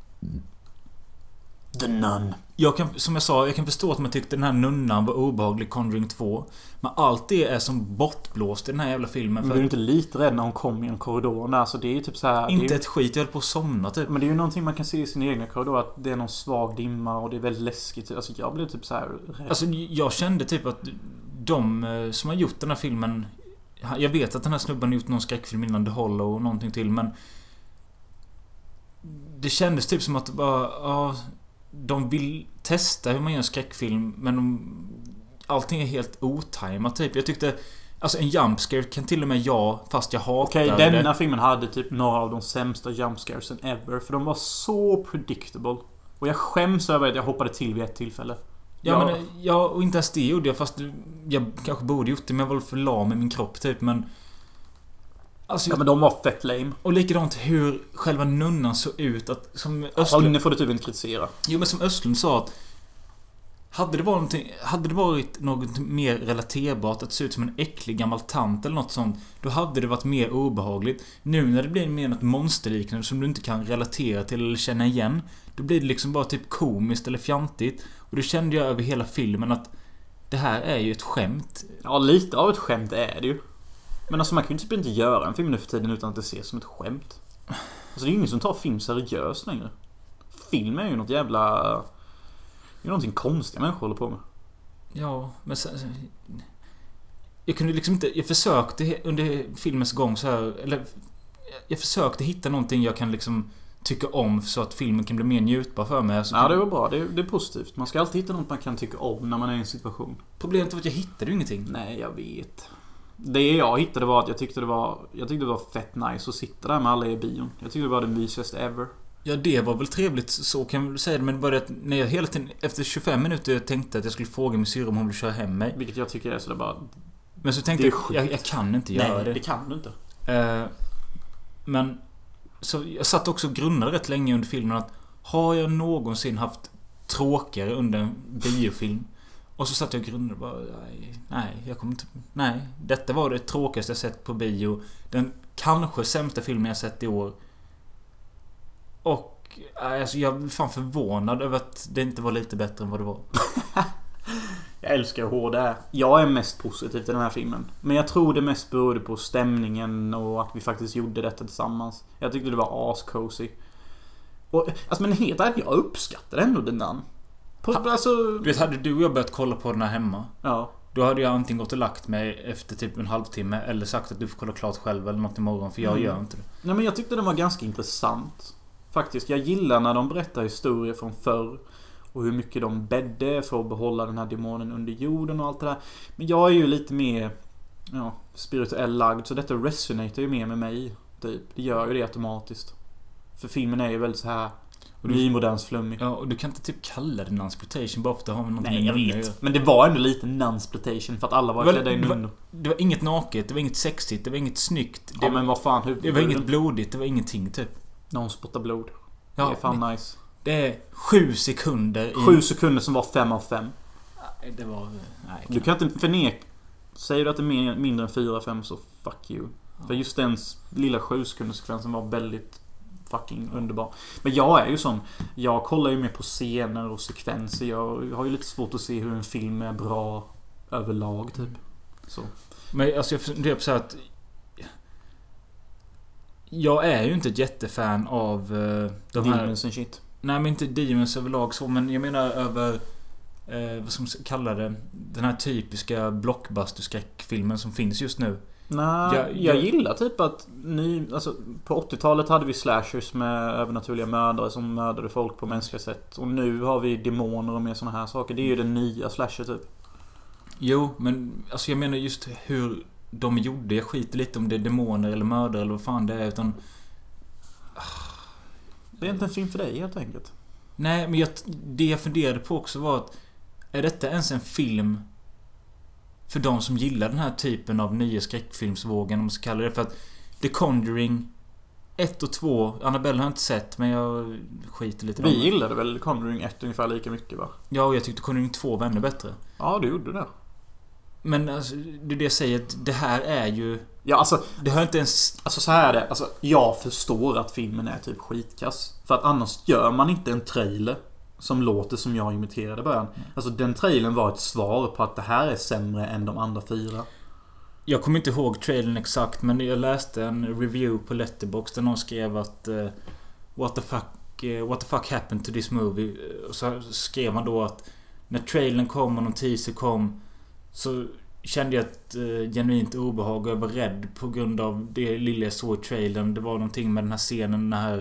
S1: The Nun.
S2: Jag kan, som jag sa, jag kan förstå att man tyckte den här nunnan var obehaglig, Conjuring två. Men allt det är som bortblåst i den här jävla filmen.
S1: Men du är inte lite rädd när hon kom i en korridor där, så det är ju typ så här.
S2: Inte
S1: ju...
S2: ett skit, jag höll på att somna typ.
S1: Men det är ju någonting man kan se i sin egna korridor, att det är någon svag dimma och det är väldigt läskigt. Alltså jag blev typ så här rädd.
S2: Alltså jag kände typ att de som har gjort den här filmen, jag vet att den här snubben har gjort någon skräckfilm innan, The Hollow och någonting till, men det kändes typ som att det bara, ja, de vill testa hur man gör en skräckfilm, men de, allting är helt otajmat typ. Jag tyckte, alltså en jumpscare kan till och med jag, fast jag hatar
S1: okay,
S2: det.
S1: Denna filmen hade typ några av de sämsta jumpscaresen ever, för de var så predictable. Och jag skäms över att jag hoppade till vid ett tillfälle.
S2: Ja, jag... men ja, och inte ens det gjorde jag, fast jag kanske borde gjort det, men jag var för lam med min kropp typ, men
S1: alltså, ja, men de var fett lame.
S2: Och likadant hur själva nunnan såg ut, att som Östlund...
S1: Ja, nu får du typ inte kritisera.
S2: Jo, men som Östlund sa, att hade det varit någonting, hade det varit något mer relaterbart, att se ut som en äcklig gammal tant eller något sånt, då hade det varit mer obehagligt. Nu när det blir mer något monsterliknande som du inte kan relatera till eller känna igen, då blir det liksom bara typ komiskt eller fjantigt. Och då kände jag över hela filmen att det här är ju ett skämt.
S1: Ja, lite av ett skämt är det ju. Men alltså man kan ju typ inte göra en film nu för tiden utan att det ses som ett skämt. Alltså det är ju ingen som tar film seriöst längre. Film är ju något jävla... Det är någonting konstigt människor håller på med.
S2: Ja, men sen... Jag kunde liksom inte... Jag försökte under filmens gång så här... Eller... Jag försökte hitta någonting jag kan liksom tycka om så att filmen kan bli mer njutbar för mig.
S1: Så ja, det var bra. Det är, det är positivt. Man ska alltid hitta något man kan tycka om när man är i en situation.
S2: Problemet var att jag hittade ju ingenting.
S1: Nej, jag vet. Det jag hittade var att jag tyckte det var jag tyckte det var fett nice att sitta där med alla i bion. Jag tyckte det var den mysigaste ever.
S2: Ja, det var väl trevligt, så kan jag väl säga det. Men bara att när jag hela tiden efter tjugofem minuter tänkte att jag skulle fråga min syra om hon ville köra hem mig.
S1: Vilket jag tycker är så det bara...
S2: Men så tänkte jag, jag, jag kan inte göra
S1: Nej,
S2: det.
S1: det kan du inte.
S2: Uh, men så jag satt också och grundade rätt länge under filmen att har jag någonsin haft tråkigare under en biofilm? Och så satt jag och grundade och bara, nej, nej, jag kommer inte... Nej, detta var det tråkigaste jag sett på bio. Den kanske sämsta filmen jag sett i år. Och alltså, jag är fan förvånad över att det inte var lite bättre än vad det var.
S1: Jag älskar hur hård det är. Jag är mest positiv till den här filmen. Men jag tror det mest berodde på stämningen och att vi faktiskt gjorde detta tillsammans. Jag tyckte det var as-cozy. Och, alltså men helt ärligt, jag uppskattar ändå den där. På, ha, alltså...
S2: Du vet, hade du och jag börjat kolla på den här hemma,
S1: ja.
S2: Då hade jag antingen gått och lagt mig efter typ en halvtimme eller sagt att du får kolla klart själv eller något imorgon, för jag mm. gör inte det.
S1: Nej, men jag tyckte den var ganska intressant. Faktiskt, jag gillar när de berättar historier från förr. Och hur mycket de bäddade för att behålla den här demonen under jorden och allt det där. Men jag är ju lite mer ja, spirituell lagd, så detta resonerar ju mer med mig. Typ. Det gör ju det automatiskt. För filmen är ju väldigt så här nymoderns flummig.
S2: Ja, och du kan inte typ kalla det nunsploitation bara för att det har med någonting.
S1: Nej, jag vet. Men det var ändå lite nunsploitation för att alla var, var klädda i nunnor.
S2: Det var inget naket, det var inget sexigt, det var inget snyggt. Det
S1: ja,
S2: var,
S1: men vad fan, hur,
S2: det var inget blodigt, det var ingenting typ.
S1: Någon spottar blod.
S2: Ja,
S1: det är fan
S2: det,
S1: nice.
S2: Det är sju sekunder i...
S1: Sju sekunder som var fem av fem.
S2: Nej, det var... Nej,
S1: du kan inte förneka. Säger du att det är mindre än fyra av fem så fuck you. Ja. För just den lilla sju sekundersekvensen var väldigt fucking underbar. Men jag är ju sån. Jag kollar ju mer på scener och sekvenser. Jag har ju lite svårt att se hur en film är bra överlag typ. Så.
S2: Men alltså jag funderar på så att jag är ju inte ett jättefan av uh, de här...
S1: Demons and shit.
S2: Nej, men inte Demons överlag så, men jag menar över eh, vad som kallar det, den här typiska blockbuster-skräckfilmen som finns just nu.
S1: Nej, jag, jag, jag gillar typ att ny, alltså, på åttiotalet hade vi slashers med övernaturliga mördare som mördade folk på mänskliga sätt. Och nu har vi demoner och mer såna här saker. Det är ju den nya slasher typ.
S2: Jo, men alltså jag menar just hur de gjorde. Jag skiter lite om det är demoner eller mördare eller vad fan det är, utan
S1: det är inte en film för dig helt enkelt.
S2: Nej, men jag, det jag funderade på också var att är detta ens en film för de som gillar den här typen av nya skräckfilmsvågen, om man ska kalla det, för att The Conjuring ett och två, Annabelle har jag inte sett, men jag skiter lite.
S1: Vi gillade väl Conjuring ett ungefär lika mycket, va?
S2: Ja, och jag tyckte Conjuring två var ännu bättre.
S1: Ja, du gjorde det.
S2: Men alltså, det är det jag säger, att det här är ju...
S1: Ja, alltså...
S2: Det har inte ens...
S1: Alltså så här är det. Alltså, jag förstår att filmen är typ skitkass. För att annars gör man inte en trailer som låter som jag imiterade i början. Mm. Alltså, den trailern var ett svar på att det här är sämre än de andra fyra.
S2: Jag kommer inte ihåg trailern exakt, men jag läste en review på Letterboxd där någon skrev att uh, what the fuck uh, what the fuck happened to this movie? Och så skrev man då att när trailern kom och någon teaser kom, så kände jag ett eh, genuint obehag och jag var rädd på grund av det lilla jag såg i trailern. Det var någonting med den här scenen när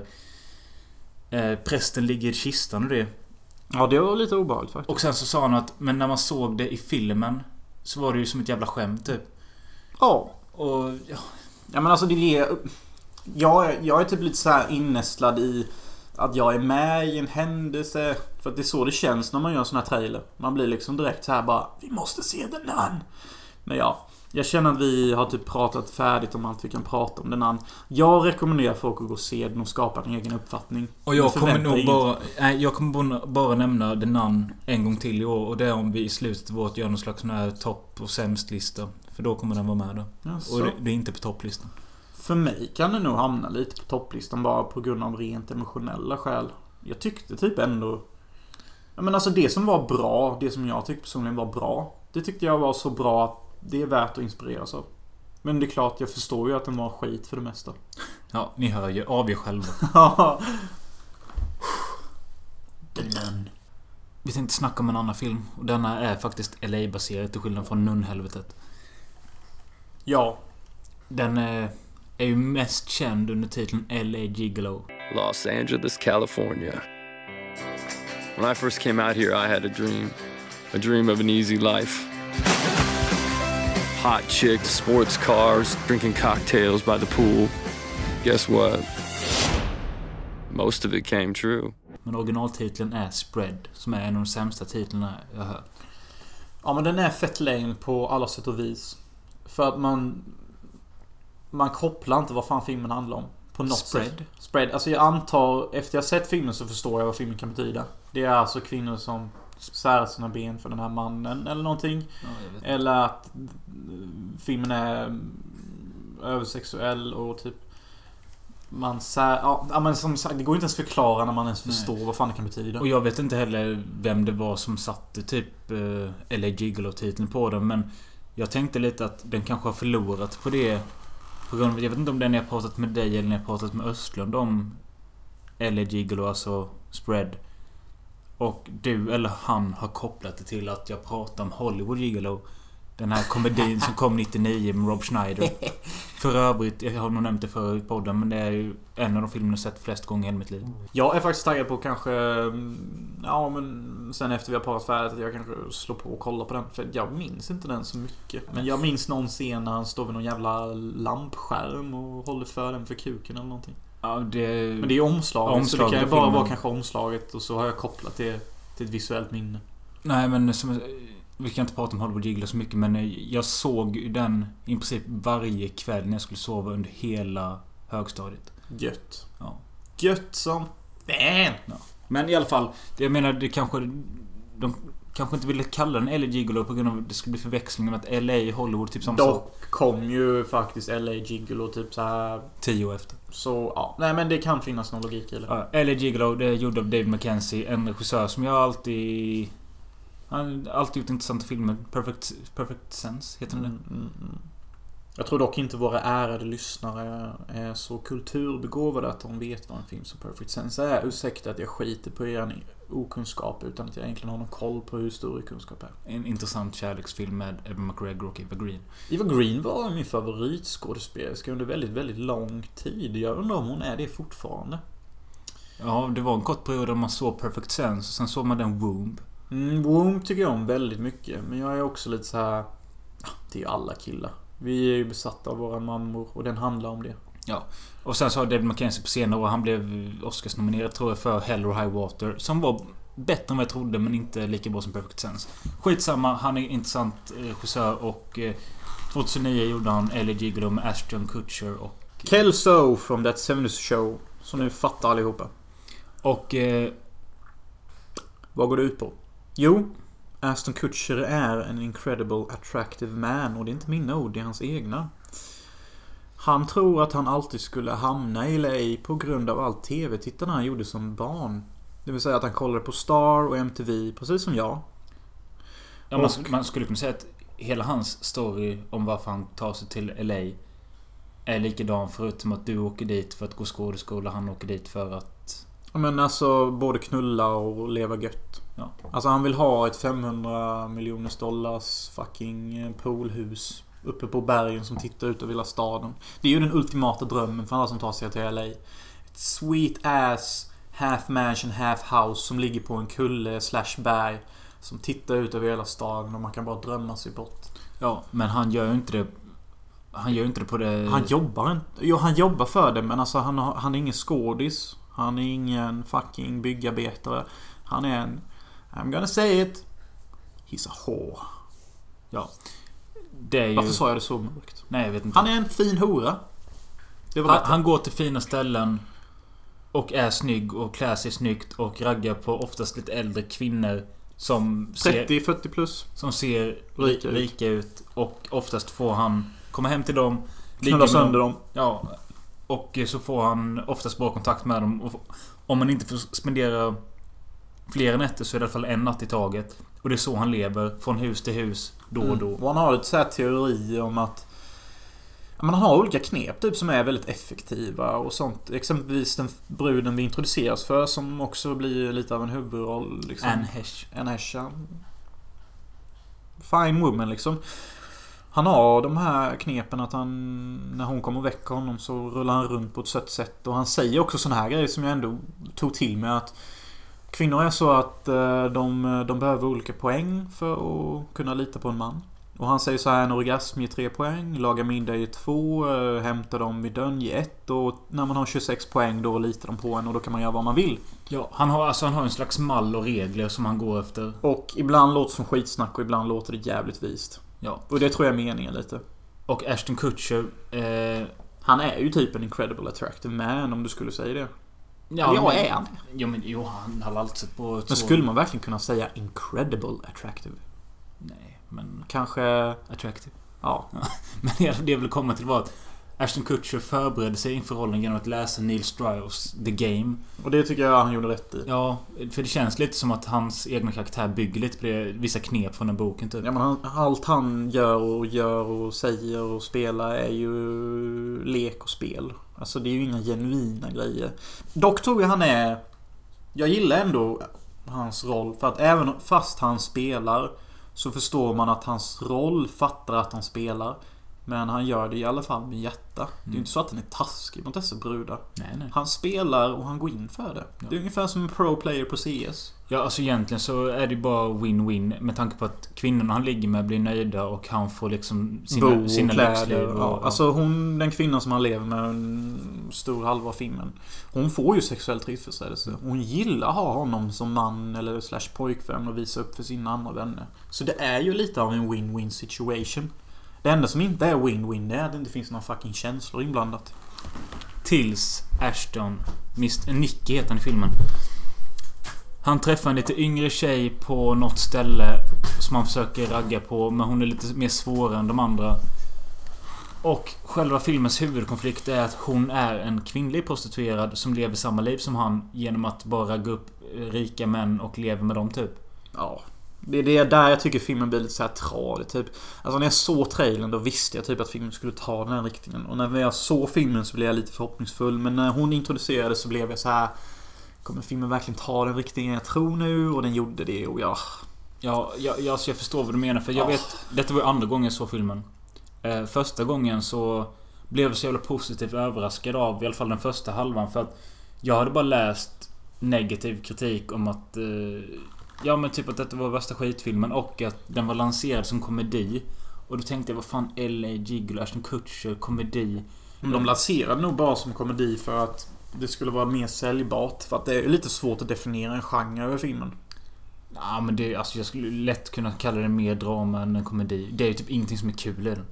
S2: eh, prästen ligger i kistan och det.
S1: Ja, det var lite obehagligt faktiskt.
S2: Och sen så sa han att men när man såg det i filmen så var det ju som ett jävla skämt typ.
S1: Ja.
S2: Och ja,
S1: ja men alltså det är jag, jag är typ lite så här innästlad i att jag är med i en händelse. För att det är så det känns när man gör en sån här trailer. Man blir liksom direkt så här bara, vi måste se den nan. Men ja, jag känner att vi har typ pratat färdigt om allt vi kan prata om den nan. Jag rekommenderar folk att gå och se den och skapa en egen uppfattning.
S2: Och jag kommer nog bara nej, jag kommer bara nämna den nan en gång till i år. Och det är om vi i slutet av vårt gör någon slags sån här topp- och sämst-lista. För då kommer den vara med då. Ja, och det, det är inte på topplistan.
S1: För mig kan det nog hamna lite på topplistan bara på grund av rent emotionella skäl. Jag tyckte typ ändå... Ja, men alltså det som var bra, det som jag tyckte personligen var bra, det tyckte jag var så bra att det är värt att inspireras av. Men det är klart, jag förstår ju att den var skit för det mesta.
S2: Ja, ni hör ju av er själva.
S1: Den.
S2: Vi tänkte snacka om en annan film. Och denna är faktiskt L A-baserad till skillnad från Nunnhelvetet.
S1: Ja.
S2: Den är... är ju mest känd under titeln L A Gigolo.
S5: Los Angeles, California. When I first came out here, I had a dream. A dream of an easy life. Hot chicks, sports cars, drinking cocktails by the pool. Guess what? Most of it came true.
S2: Men originaltiteln är Spread, som är en av de sämsta titlarna jag har hört.
S1: Ja, men den är fett lame på alla sätt och vis. För att man... Man kopplar inte vad fan filmen handlar om. På något
S2: Spread.
S1: sätt. Spread. Alltså jag antar, efter jag sett filmen så förstår jag vad filmen kan betyda. Det är alltså kvinnor som sära sina ben för den här mannen eller någonting.
S2: Ja, jag vet.
S1: Eller att filmen är översexuell och typ man sär, ja, men som sagt, det går inte ens förklara när man ens förstår Nej. vad fan det kan betyda.
S2: Och jag vet inte heller vem det var som satte typ uh, L A Gigolo-titeln på den, men jag tänkte lite att den kanske har förlorat på det på grund av, jag vet inte om det är när jag pratat med dig eller när jag pratat med Östlund om L A Gigolo, alltså Spread. Och du eller han har kopplat det till att jag pratar om Hollywood Gigolo. Den här komedin som kom nittionio med Rob Schneider. För övrigt, jag har nog nämnt det förr i podden, men det är ju en av de filmerna jag sett flest gånger i hela mitt liv.
S1: Jag är faktiskt taggad på kanske, ja men sen efter vi har pratat färdigt att jag kanske slår på och kollar på den. För jag minns inte den så mycket. Men jag minns någon scen när han står vid någon jävla lampskärm och håller för den för kuken eller någonting.
S2: Ja, det...
S1: Men det är omslaget,
S2: omslaget
S1: så det kan ju bara
S2: filmen.
S1: vara kanske omslaget. Och så har jag kopplat det till ett visuellt minne.
S2: Nej, men som, vi kan inte prata om Hollywood Gigolo så mycket, men jag såg den i princip varje kväll när jag skulle sova under hela högstadiet.
S1: Gött.
S2: Ja.
S1: Gött som fan.
S2: Ja. Men i alla fall, jag menar, det kanske de kanske inte ville kalla den L A Gigolo på grund av att det skulle bli förväxling med att L A Hollywood typ som
S1: Dock kom ju faktiskt L A Gigolo typ så här
S2: tio år efter.
S1: Så ja, nej men det kan finnas någon logik i det.
S2: Ja, L A Gigolo, det är gjord av David Mackenzie, en regissör som jag alltid han har alltid gjort intressanta filmer. Perfect, Perfect Sense heter den.
S1: Mm, mm, mm. Jag tror dock inte våra ärade lyssnare är så kulturbegåvade att de vet vad en film som Perfect Sense är. Ursäkta att jag skiter på er okunskap utan att jag egentligen har någon koll på hur stor kunskap är.
S2: En intressant kärleksfilm med Evan McGregor och Eva Green.
S1: Eva Green var min favoritskådespelerska under väldigt, väldigt lång tid. Jag undrar om hon är det fortfarande.
S2: Ja, det var en kort period där man såg Perfect Sense och sen såg man den Womb.
S1: Mm, Womb tycker jag om väldigt mycket. Men jag är också lite så här. Det är ju alla killar. Vi är ju besatta av våra mammor och den handlar om det.
S2: Ja. Och sen så har David Mackenzie på senare och han blev Oscars-nominerad tror jag för Hell or High Water, som var bättre än vad jag trodde men inte lika bra som Perfect Sense. Skitsamma, han är en intressant regissör och tjugohundranio gjorde han L A Gigolo med Ashton Kutcher och
S1: Kelso from That seventies Show, som nu fattar allihopa.
S2: Och eh,
S1: vad går det ut på? Jo, Ashton Kutcher är en incredible attractive man och det är inte mina ord, det är hans egna. Han tror att han alltid skulle hamna i L A på grund av allt tv-tittarna han gjorde som barn. Det vill säga att han kollade på Star och M T V, precis som jag.
S2: Ja, man, man skulle kunna säga att hela hans story om varför han tar sig till L A är likadan, förutom att du åker dit för att gå skådespel och han åker dit för att...
S1: Men alltså både knulla och leva gött.
S2: Ja.
S1: Alltså han vill ha ett femhundra miljoners dollars fucking poolhus uppe på bergen som tittar ut över hela staden. Det är ju den ultimata drömmen för alla som tar sig till L A. Ett sweet ass half mansion, half house som ligger på en kulle slash berg som tittar ut över hela staden och man kan bara drömma sig bort.
S2: Ja, men han gör ju inte det. Han gör inte det på det.
S1: Han jobbar inte. Jo, han jobbar för det, men alltså han har, han är ingen skådis. Han är ingen fucking byggarbetare. Han är en, I'm gonna say it, he's a whore.
S2: Ja. Det är ju...
S1: Varför sa jag det så mörkt?
S2: Nej, jag vet inte.
S1: Han är en fin hora. Det var
S2: han, han går till fina ställen och är snygg och klär sig snyggt och raggar på oftast lite äldre kvinnor som
S1: trettio fyrtio plus
S2: som ser
S1: rika,
S2: rika ut. ut och oftast får han komma hem till dem,
S1: knulla sönder dem.
S2: Ja. Och så får han oftast bra kontakt med dem och om man inte får spendera flera nätter så är det i alla fall en natt i taget. Och det är så han lever, från hus till hus, då och då.
S1: Mm. Och han har ett så här teori om att man har olika knep typ som är väldigt effektiva och sånt. Exempelvis den bruden vi introduceras för som också blir lite av en huvudroll liksom.
S2: Anne Hesh.
S1: Anne Hesh. Fine woman liksom. Han har de här knepen att han, när hon kommer och väcker honom så rullar han runt på ett sött sätt. Och han säger också såna här grejer som jag ändå tog till mig, att kvinnor är så att de, de behöver olika poäng för att kunna lita på en man. Och han säger så här: en orgasm ger tre poäng, laga middag ger två, hämta dem vid dörren ger ett, och när man har tjugosex poäng då litar de på en och då kan man göra vad man vill.
S2: Ja, han har, alltså, han har en slags mall och regler som han går efter.
S1: Och ibland låter det som skitsnack och ibland låter det jävligt vist.
S2: Ja.
S1: Och det tror jag är meningen lite.
S2: Och Ashton Kutcher eh...
S1: han är ju typ en incredible attractive man, om du skulle säga det. Ja, ja är han?
S2: Jo, men jo, han har alltid sett på...
S1: Men skulle man verkligen kunna säga incredible attractive?
S2: Nej, men...
S1: Kanske...
S2: Attractive.
S1: Ja.
S2: Men det jag vill komma till var att Ashton Kutcher förberedde sig inför rollen genom att läsa Neil Strauss The Game.
S1: Och det tycker jag han gjorde rätt i.
S2: Ja, för det känns lite som att hans egna karaktär bygger lite på det, vissa knep från den boken typ.
S1: Ja, men han, allt han gör och gör och säger och spelar är ju lek och spel. Alltså det är ju inga genuina grejer. Dock tror jag han är... Jag gillar ändå hans roll. För att även fast han spelar så förstår man att hans roll fattar att han spelar. Men han gör det i alla fall med hjärta. Mm. Det är ju inte så att han är taskig mot dessa brudar.
S2: Nej, nej. Han
S1: spelar och han går in för det. Ja. Det är ungefär som en pro-player på C S.
S2: Ja, alltså egentligen så är det bara win-win. Med tanke på att kvinnorna han ligger med blir nöjda och han får liksom sina,
S1: Bo,
S2: sina
S1: kläder. Och, ja. Alltså hon, den kvinnan som han lever med en stor halva av filmen. Hon får ju sexuell tillfredsställelse. Hon gillar att ha honom som man eller slash pojkvän och visa upp för sina andra vänner. Så det är ju lite av en win-win situation. Det enda som inte är win-win är att det inte finns några fucking känslor inblandat.
S2: Tills Ashton, mister Nicky heter han i filmen. Han träffar en lite yngre tjej på något ställe som han försöker ragga på, men hon är lite mer svårare än de andra. Och själva filmens huvudkonflikt är att hon är en kvinnlig prostituerad som lever samma liv som han genom att bara ragga upp rika män och leva med dem typ.
S1: Ja. Det är det där jag tycker filmen blir lite så här tradig typ. Alltså när jag såg trailern då visste jag typ att filmen skulle ta den här riktningen. Och när jag såg filmen så blev jag lite förhoppningsfull. Men när hon introducerade så blev jag så här: kommer filmen verkligen ta den riktningen jag tror nu? Och den gjorde det och ja.
S2: Ja, jag, jag, så jag förstår vad du menar. För jag oh. vet, detta var ju andra gången jag såg filmen. eh, Första gången så blev jag så jävla positivt överraskad av i alla fall den första halvan. För att jag hade bara läst negativ kritik om att... Eh, Ja, men typ att detta var värsta skitfilmen och att den var lanserad som komedi. Och då tänkte jag, vad fan, L A Gigolo, Ashton Kutcher, komedi.
S1: Men de lanserade nog bara som komedi för att det skulle vara mer säljbart. För att det är lite svårt att definiera en genre över filmen.
S2: Ja, men det, alltså jag skulle lätt kunna kalla det mer drama än en komedi. Det är ju typ ingenting som är kul i den.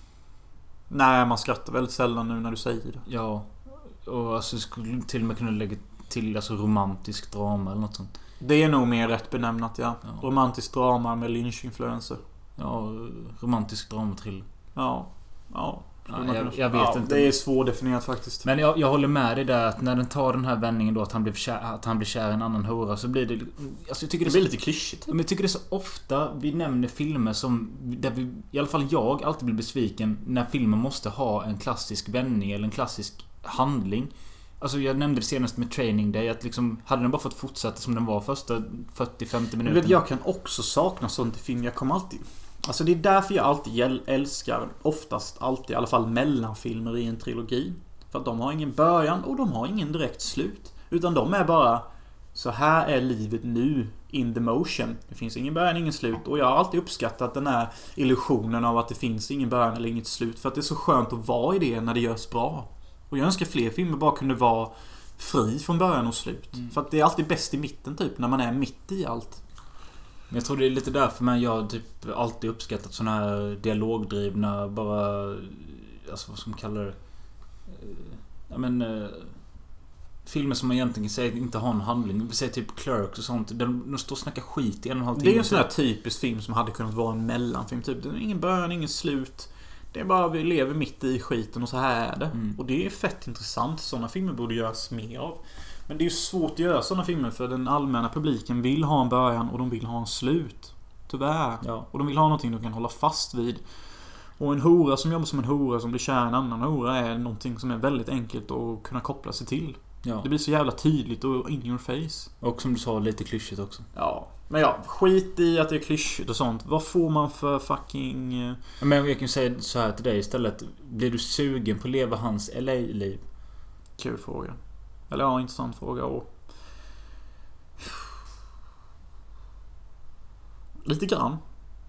S1: Nej, man skrattar väldigt sällan nu när du säger det.
S2: Ja, och alltså skulle till och med kunna lägga till alltså romantisk drama eller något sånt.
S1: Det är nog mer rätt benämnat, ja. ja. Romantisk drama med lynch-influenser.
S2: Ja, romantisk dramatrill.
S1: Ja, ja.
S2: ja jag, jag vet
S1: ja,
S2: inte.
S1: Det är svårdefinierat faktiskt.
S2: Men jag, jag håller med dig där att när den tar den här vändningen då att han blir kär, att han blir kär i en annan hora så blir det... Alltså jag tycker det,
S1: det blir lite klyschigt.
S2: Men jag tycker det är så ofta vi nämner filmer som... Där vi, i alla fall jag alltid blir besviken när filmen måste ha en klassisk vändning eller en klassisk handling. Alltså jag nämnde det senast med Training Day att liksom, hade den bara fått fortsätta som den var första fyrtio till femtio minuter.
S1: Vet, jag kan också sakna sånt i film. Jag kommer alltid... Alltså det är därför jag alltid älskar, oftast alltid, i alla fall mellanfilmer i en trilogi. För att de har ingen början och de har ingen direkt slut. Utan de är bara, så här är livet nu, in the motion. Det finns ingen början, ingen slut. Och jag har alltid uppskattat den här illusionen av att det finns ingen början eller inget slut. För att det är så skönt att vara i det när det görs bra. Och jag önskar fler filmer bara kunde vara fri från början och slut. Mm. För att det är alltid bäst i mitten typ, när man är mitt i allt.
S2: Men jag tror det är lite därför men jag har typ alltid uppskattat såna här dialogdrivna, bara... Alltså vad ska man kalla det? Ja men... Filmer som man egentligen säger inte har en handling. Vi säger typ Clerks och sånt. De, de står och snackar skit i en och en halv timme.
S1: Det är en sån här typisk film som hade kunnat vara en mellanfilm typ. Det är ingen början, ingen slut. Det är bara vi lever mitt i skiten och så här är det. Mm. Och det är fett intressant. Sådana filmer borde göras mer av. Men det är ju svårt att göra sådana filmer för den allmänna publiken vill ha en början och de vill ha en slut. Tyvärr. Ja. Och de vill ha någonting de kan hålla fast vid. Och en hora som jobbar som en hora som blir kär i en annan hora är någonting som är väldigt enkelt att kunna koppla sig till. Ja. Det blir så jävla tydligt och in your face.
S2: Och som du sa, lite klyschigt också.
S1: Ja. Men ja, skit i att det är klyschigt och sånt. Vad får man för fucking...
S2: Men jag kan säga så här till dig istället. Blir du sugen på att leva hans L A-liv?
S1: Kul fråga. Eller ja, intressant fråga. Och... Lite grann.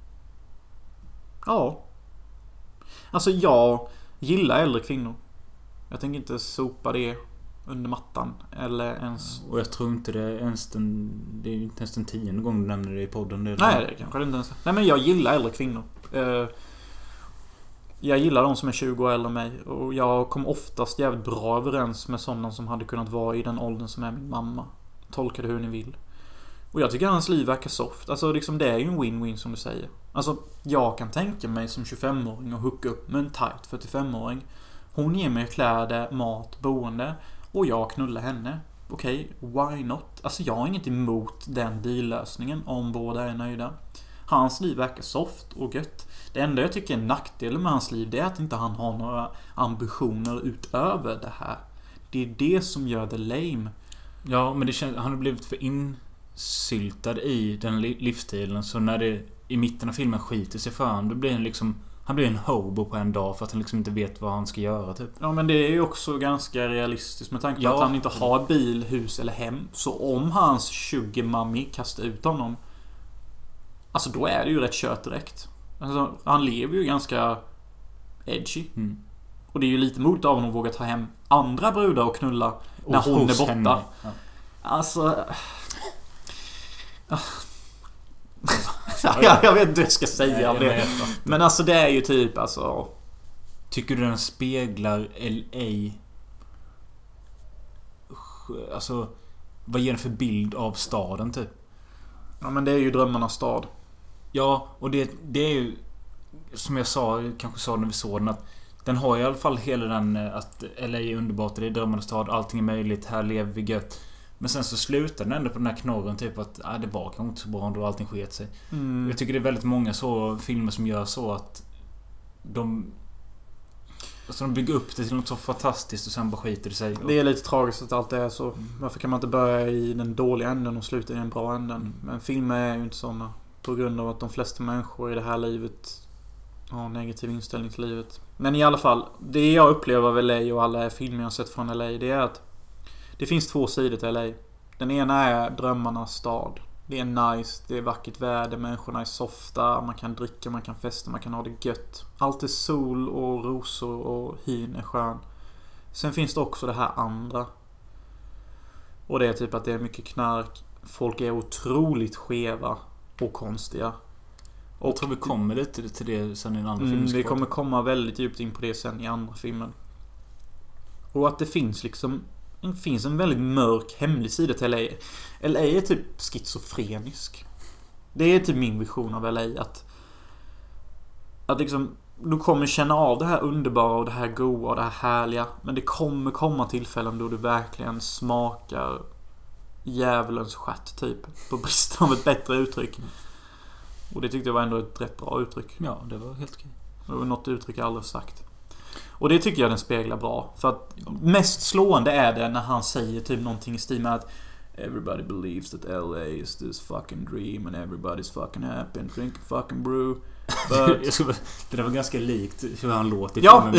S1: Ja. Alltså jag gillar äldre kvinnor. Jag tänker inte sopa det under mattan eller ens...
S2: Och jag tror inte det är ens den... Det är inte ens den tionde gången du nämner det i podden. Det
S1: Nej, det kanske det inte ens... Nej, men jag gillar äldre kvinnor. Uh, Jag gillar de som är tjugo år äldre än mig. Och jag kom oftast jävligt bra överens med sådana som hade kunnat vara i den åldern som är min mamma. Tolka det hur ni vill. Och jag tycker hans liv verkar soft. Alltså liksom det är ju en win-win som du säger. Alltså jag kan tänka mig som tjugofemåring och hooka upp med en tight fyrtiofemåring. Hon ger mig kläder, mat, boende. Och jag knullar henne. Okej, okay, why not? Alltså jag har inget emot den deallösningen om båda är nöjda. Hans liv verkar soft och gött. Det enda jag tycker är en nackdel med hans liv, det är att inte han har några ambitioner utöver det här. Det är det som gör det lame.
S2: Ja, men det känns, han har blivit för insyltad i den livsstilen. Så när det i mitten av filmen skiter sig för han, då blir han liksom, han blir en hobo på en dag för att han liksom inte vet vad han ska göra typ.
S1: Ja, men det är ju också ganska realistiskt med tanke på
S2: ja.
S1: att han inte har bil, hus eller hem. Så om hans tjugo mammi kastar ut honom, alltså då är det ju rätt kört direkt. Alltså, han lever ju ganska edgy.
S2: Mm.
S1: Och det är ju lite modigt av honom att våga ta hem andra brudar och knulla när
S2: och
S1: hon är borta.
S2: Ja.
S1: Alltså... ja, jag vet inte vad jag ska säga om det. Men alltså det är ju typ alltså...
S2: Tycker du den speglar L A? Alltså, vad ger den för bild av staden typ?
S1: Ja, men det är ju drömmarnas stad.
S2: Ja, och det, det är ju som jag sa, kanske sa när vi såg den, att den har i alla fall hela den att L A är underbart, det är drömmarnas stad, allting är möjligt, här lever vi gött. Men sen så slutar den ändå på den här knorren typ att ah, det var kanske inte så bra om då allting sket sig.
S1: Mm.
S2: Jag tycker det är väldigt många så filmer som gör så att de alltså de bygger upp det till något så fantastiskt och sen bara skiter det sig.
S1: Det är lite tragiskt att allt är så. Varför kan man inte börja i den dåliga änden och sluta i den bra änden?
S2: Mm.
S1: Men filmer är ju inte såna. På grund av att de flesta människor i det här livet har negativ inställning till livet. Men i alla fall, det jag upplever av L A och alla filmer jag sett från L A, det är att det finns två sidor till L A. Den ena är drömmarnas stad. Det är nice, det är vackert väder, människorna är softa, man kan dricka, man kan festa, man kan ha det gött. Allt är sol och rosor och hyn är skön. Sen finns det också det här andra. Och det är typ att det är mycket knark. Folk är otroligt skeva och konstiga. Och
S2: jag tror vi kommer lite till det sen i den andra
S1: mm,
S2: filmen.
S1: Vi kommer komma väldigt djupt in på det sen i andra filmen. Och att det finns liksom det finns en väldigt mörk hemlig sida till L A. L A är typ schizofrenisk. Det är typ min vision av L A, att att liksom du kommer känna av det här underbara och det här goa och det här härliga, men det kommer komma tillfällen då du verkligen smakar djävulens stjärt typ, på bristen av ett bättre uttryck. Och det tyckte jag var ändå ett rätt bra uttryck.
S2: Ja, det var helt okej.
S1: Det var något uttryck jag aldrig sagt. Och det tycker jag den speglar bra. För att mest slående är det när han säger typ någonting i stil med att everybody believes that L A is this fucking dream and everybody's fucking happy and drink a fucking brew. But...
S2: det där var ganska likt hur han låter.
S1: Ja,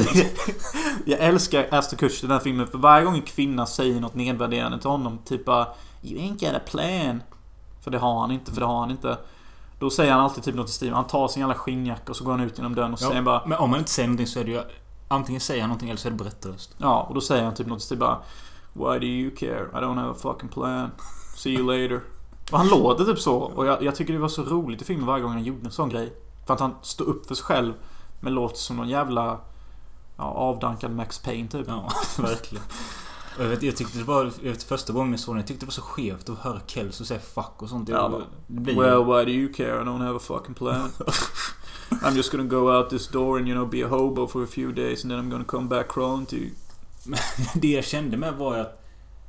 S1: jag älskar Ashton Kutcher i den här filmen. För varje gång en kvinna säger något nedvärderande till honom, typ bara, you ain't got a plan. För det har han inte, för det har han inte. Då säger han alltid typ något i stil. Han tar sin jävla skinnjacka och så går han ut genom dörren och ja, säger bara...
S2: Men om man inte säger någonting så är det ju... Antingen säger han någonting eller så är det berättarröst.
S1: Ja, och då säger han typ något i stil bara... Why do you care? I don't have a fucking plan. See you later. Och han låter typ så. Och jag, jag tycker det var så roligt i filmen varje gång han gjorde en sån grej. För att han stod upp för sig själv. Men låter som någon jävla... Ja, avdankad Max Payne typ.
S2: Ja, verkligen. Jag, vet, jag tyckte det var jag vet, första gången jag såg den, jag tyckte det var så skevt att höra Kells och säga fuck och sånt.
S1: Ja, det blir... Well, why do you care? I don't have a fucking plan. I'm just gonna go out this door and, you know, be a hobo for a few days and then I'm gonna come back crawling to you.
S2: Det jag kände med var att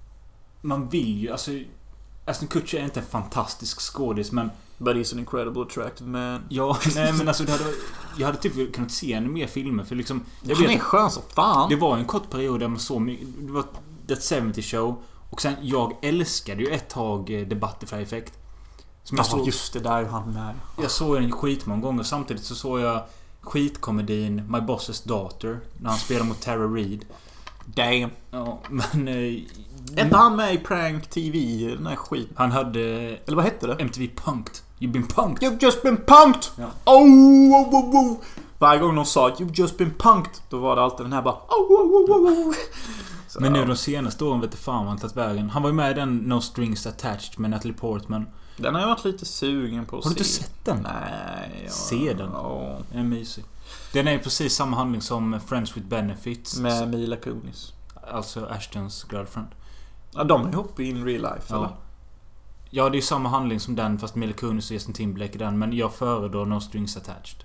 S2: man vill ju, alltså Ashton Kutcher är inte en fantastisk skådis, men
S1: but he's an incredible attractive man.
S2: Ja, nej men alltså det hade, jag hade typ kunnat se en mer filmer för liksom
S1: jag vet, han är skön så fan.
S2: Det var en kort period där man såg mycket, det var That seventy Show och sen jag älskade ju ett tag The Butterfly Effect.
S1: Som jag ja, såg, just det där han med.
S2: Jag såg den skitmånga gånger. Samtidigt så såg jag skitkomedin My Boss's Daughter när han spelar mot Tara Reid.
S1: Damn.
S2: Ja, men eh,
S1: är han med i Prank T V, den här skit.
S2: Han hade,
S1: eller vad hette det?
S2: M T V Punked. You've been punked.
S1: You've just been punked. Ja. Oh, oh, oh, oh. Varje gång någon sa You've just been punked, då var det alltid den här bara oh, oh, oh, oh. Så,
S2: men nu de senaste åren vet du fan vad han tagit vägen. Han var ju med i den No Strings Attached med Natalie Portman.
S1: Den har jag varit lite sugen på att se.
S2: Har du inte sett den?
S1: Nej. Ja,
S2: se den.
S1: Ja.
S2: Den är mysig. Den är ju precis samma handling som Friends with Benefits.
S1: Med Mila Kunis.
S2: Alltså Ashtons girlfriend.
S1: Ja, de är ihop in real life,
S2: ja.
S1: eller?
S2: Ja, det är samma handling som den, fast Mila Kunis och Justin Timberlake är den. Men jag föredrar No Strings Attached.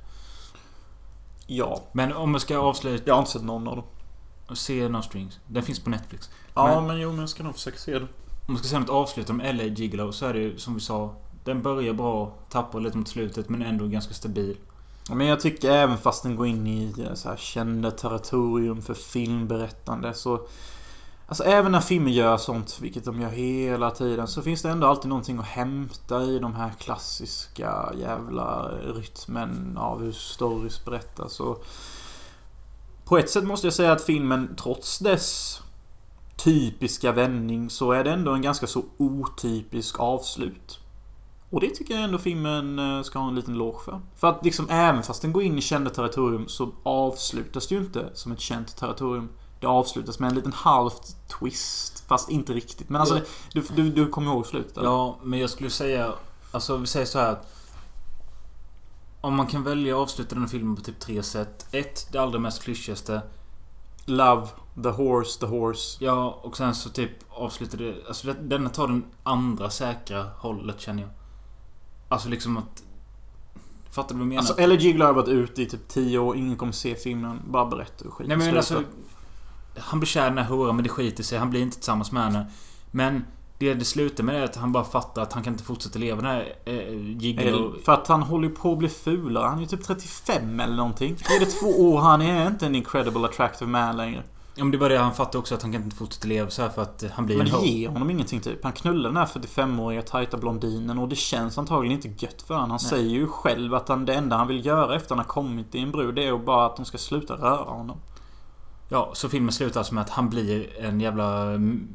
S1: Ja.
S2: Men om jag ska avsluta...
S1: Jag har inte sett någon av dem.
S2: Se No Strings. Den finns på Netflix.
S1: Ja,
S2: men,
S1: men jo, men jag ska nog försöka se det.
S2: Om man ska säga något avslut om L A Gigolo, så är det ju som vi sa. Den börjar bra, tappar lite mot slutet, men ändå ganska stabil.
S1: Men jag tycker även fast den går in i så här kända territorium för filmberättande, så alltså även när filmer gör sånt, vilket de gör hela tiden, så finns det ändå alltid någonting att hämta i de här klassiska jävla rytmen av hur stories berättas. Och på ett sätt måste jag säga att filmen, trots dess typiska vändning, så är det ändå en ganska så otypisk avslut. Och det tycker jag ändå filmen ska ha en liten låg för. För att liksom, även fast den går in i kända territorium, så avslutas det ju inte som ett känt territorium. Det avslutas med en liten halvt twist, fast inte riktigt. Men alltså, du, du, du kommer ihåg slutet, eller?
S2: Ja, men jag skulle säga... Alltså, vi säger så här att om man kan välja att avsluta den här filmen på typ tre sätt. Ett, det allra mest klyschigaste.
S1: Love, the horse, the horse.
S2: Ja, och sen så typ avslutar det... Alltså, den tar den andra säkra hållet, känner jag. Alltså liksom att... Fattar du vad jag menar?
S1: Alltså L A Gigolo har varit ute i typ tio år. Ingen kommer se filmen. Bara berätta och skit.
S2: Nej, men alltså... Han blir kär i den här horan, men det skiter sig. Han blir inte tillsammans med henne. Men det det slutar med är att han bara fattar att han kan inte fortsätta leva den här eh, Gigolo.
S1: För att han håller på att bli fulare. Han är ju typ trettiofem eller någonting. Det är det två år. Han är inte en incredible attractive man längre.
S2: Ja, men det var det han fattade också, att han kan inte fortsätta leva så här för att han blir
S1: men
S2: en ho.
S1: Men ge honom ingenting typ. Han knullar den här fyrtiofem-åriga tajta blondinen, och det känns antagligen inte gött för han. Han Nej. säger ju själv att han, det enda han vill göra efter han har kommit i en brud, det är bara att de ska sluta röra honom.
S2: Ja, så filmen slutar alltså med att han blir en jävla...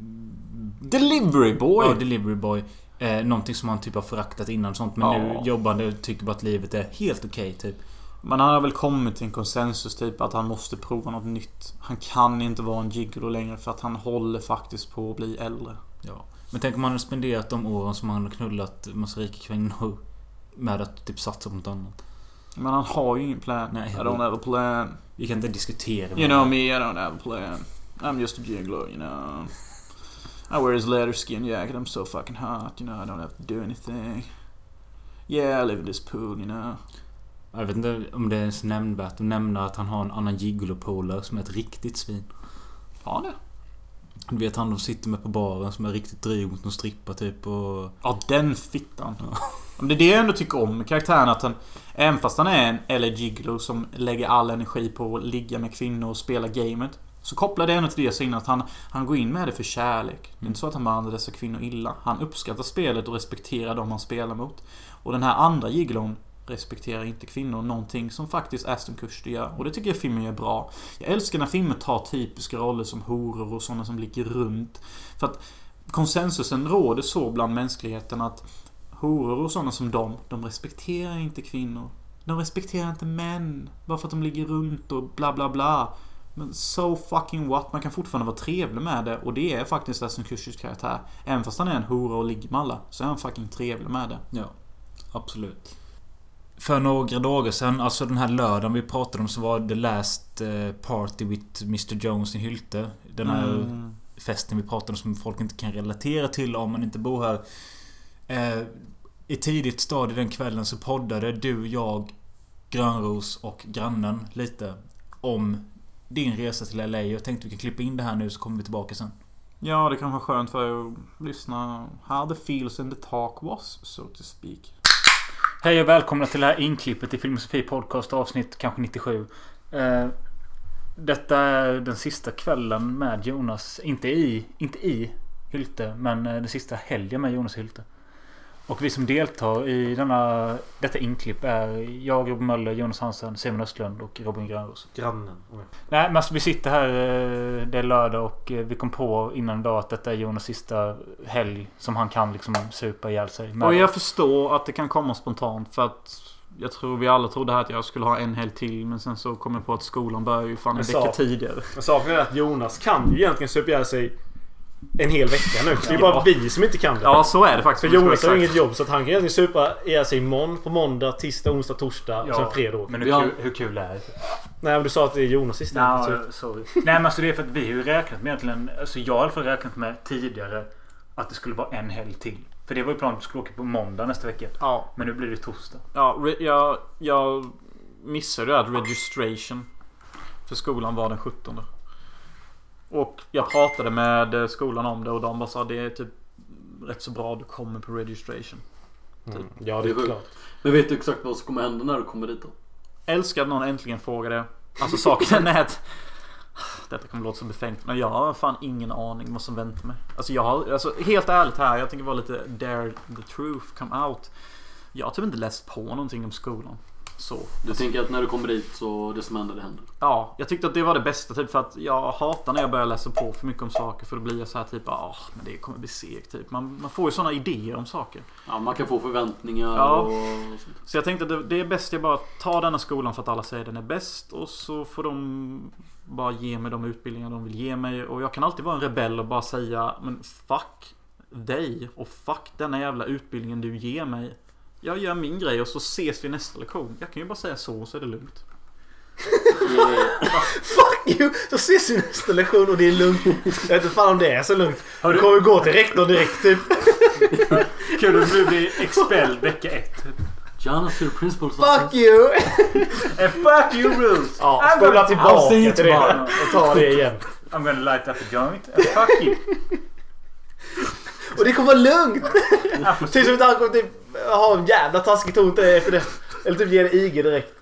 S1: Delivery boy!
S2: Ja, delivery boy. Eh, någonting som han typ har föraktat innan sånt. Men ja. nu jobbar han och tycker bara att livet är helt okej okay, typ.
S1: Men han har väl kommit till en konsensus typ att han måste prova något nytt. Han kan inte vara en gigolo längre, för att han håller faktiskt på att bli äldre.
S2: Ja. Men tänk om han har spenderat de åren som han har knullat massa rika kvinnor med att typ satsa på något annat.
S1: Men han har ju ingen plan.
S2: Nej,
S1: I don't have a plan.
S2: Vi kan inte diskutera.
S1: You know me, I don't have a plan. I'm just a gigolo, you know. I wear his leather skin jacket. I'm so fucking hot, you know. I don't have to do anything. Yeah, I live in this pool, you know.
S2: Jag vet inte om det är så nämnvärt att nämna att han har en annan gigolo-polare som är ett riktigt svin.
S1: Ja, det.
S2: Du vet han de sitter med på baren som är riktigt dryg mot någon strippa typ och...
S1: Ja, den fittan. Ja. Men det är det jag ändå tycker om med karaktären, att han, även fast han är en L A Gigolo som lägger all energi på att ligga med kvinnor och spela gamet, så kopplar det ändå till det så att han, han går in med det för kärlek. Det är inte så att han behandlar dessa kvinnor illa. Han uppskattar spelet och respekterar dem han spelar mot. Och den här andra gigolon respekterar inte kvinnor, någonting som faktiskt Ashton Kutcher gör. Och det tycker jag filmen gör bra. Jag älskar när filmer tar typiska roller som horor och sådana som ligger runt. För att konsensusen råder så bland mänskligheten att horor och sådana som dem, de respekterar inte kvinnor. De respekterar inte män. Bara för att de ligger runt och bla bla bla. Men so fucking what? Man kan fortfarande vara trevlig med det. Och det är faktiskt Ashton Kutchers karaktär. Även fast han är en hora och ligger med alla, så är han fucking trevlig med det.
S2: Ja, absolut. För några dagar sedan, alltså den här lördagen vi pratade om, så var The Last Party with mister Jones i Hylte. Den här mm. festen vi pratade om som folk inte kan relatera till om man inte bor här. Eh, I tidigt stadie den kvällen så poddade du, jag, Grönros och grannen lite om din resa till L A. Jag tänkte vi kan klippa in det här nu så kommer vi tillbaka sen.
S1: Ja, det kan vara skönt för er att lyssna how the feels in the talk was, so to speak.
S2: Hej och välkomna till det här inklippet i Filmosofi podcast avsnitt kanske nittiosju. Eh, detta är den sista kvällen med Jonas. Inte i, inte i Hylte, men den sista helgen med Jonas Hylte. Och vi som deltar i denna, detta inklipp är jag, Robin Möller, Jonas Hansen, Simon Östlund och Robin Grönros.
S1: Grannen.
S2: Nej, men alltså, vi sitter här, det är lördag och vi kom på innan dag att detta är Jonas sista helg som han kan liksom supa ihjäl sig.
S1: Och jag förstår att det kan komma spontant, för att jag tror vi alla trodde här att jag skulle ha en helg till, men sen så kom jag på att skolan börjar ju fan en vecka tidigare.
S6: Men saken är att Jonas kan ju egentligen supa ihjäl sig en hel vecka nu. Det är bara vi som inte kan det.
S1: Ja, så är det faktiskt.
S6: För Jonas har inget jobb så att han kan egentligen supa i sig imorgon, på måndag, tisdag, onsdag, torsdag och sen fredag.
S2: Men hur kul, hur kul är det?
S6: Nej, men du sa att det är Jonas istället.
S2: No, sorry. Nej, men alltså det är för att vi har ju räknat med egentligen, alltså jag har i alla fall räknat med tidigare att det skulle vara en helg till. För det var ju planen att vi skulle åka på måndag nästa vecka. Ja. Men nu blir det torsdag.
S1: Ja, re- jag, jag missade att registration för skolan var den sjuttonde. Och jag pratade med skolan om det och de bara sa det är typ rätt så bra du kommer på registration. Typ.
S6: Mm. Ja, det är klart.
S7: Men vet du exakt vad som kommer hända när du kommer dit då?
S1: Älskar att någon äntligen frågar det. Alltså saken är att detta kommer låta så befängt, men jag har fan ingen aning vad som väntar mig. Alltså jag har, alltså helt ärligt här, jag tänker vara lite dare the truth come out. Jag har typ inte läst på någonting om skolan. Så.
S7: Du alltså, tänker att när du kommer dit så det som händer det händer?
S1: Ja, jag tyckte att det var det bästa typ för att jag hatar när jag börjar läsa på för mycket om saker för då blir jag så här typ ah, men det kommer bli segt typ. Man, man får ju såna idéer om saker.
S7: Ja, man kan få förväntningar
S1: ja.
S7: och sånt.
S1: Så jag tänkte att det, det är bäst jag bara tar denna skolan för att alla säger att den är bäst och så får de bara ge mig de utbildningar de vill ge mig och jag kan alltid vara en rebell och bara säga men fuck dig och fuck denna jävla utbildningen du ger mig. Jag gör min grej och så ses vi nästa lektion. Jag kan ju bara säga så så är det lugnt.
S6: Fuck you! Så ses vi nästa lektion och det är lugnt. Jag vet inte fan om det är så lugnt. Du kommer gå till rektorn direkt typ.
S2: Kul att du blir expelled vecka ett.
S7: Jonas, your principal's
S6: Fuck you!
S2: And fuck you rules!
S6: Ja, spola tillbaka till det och ta det igen.
S2: I'm gonna light up a joint and fuck you.
S6: Och det kommer vara lugnt. Typ som att han kommer typ ha en jävla taskig ton efter det. Eller typ ge det I G direkt.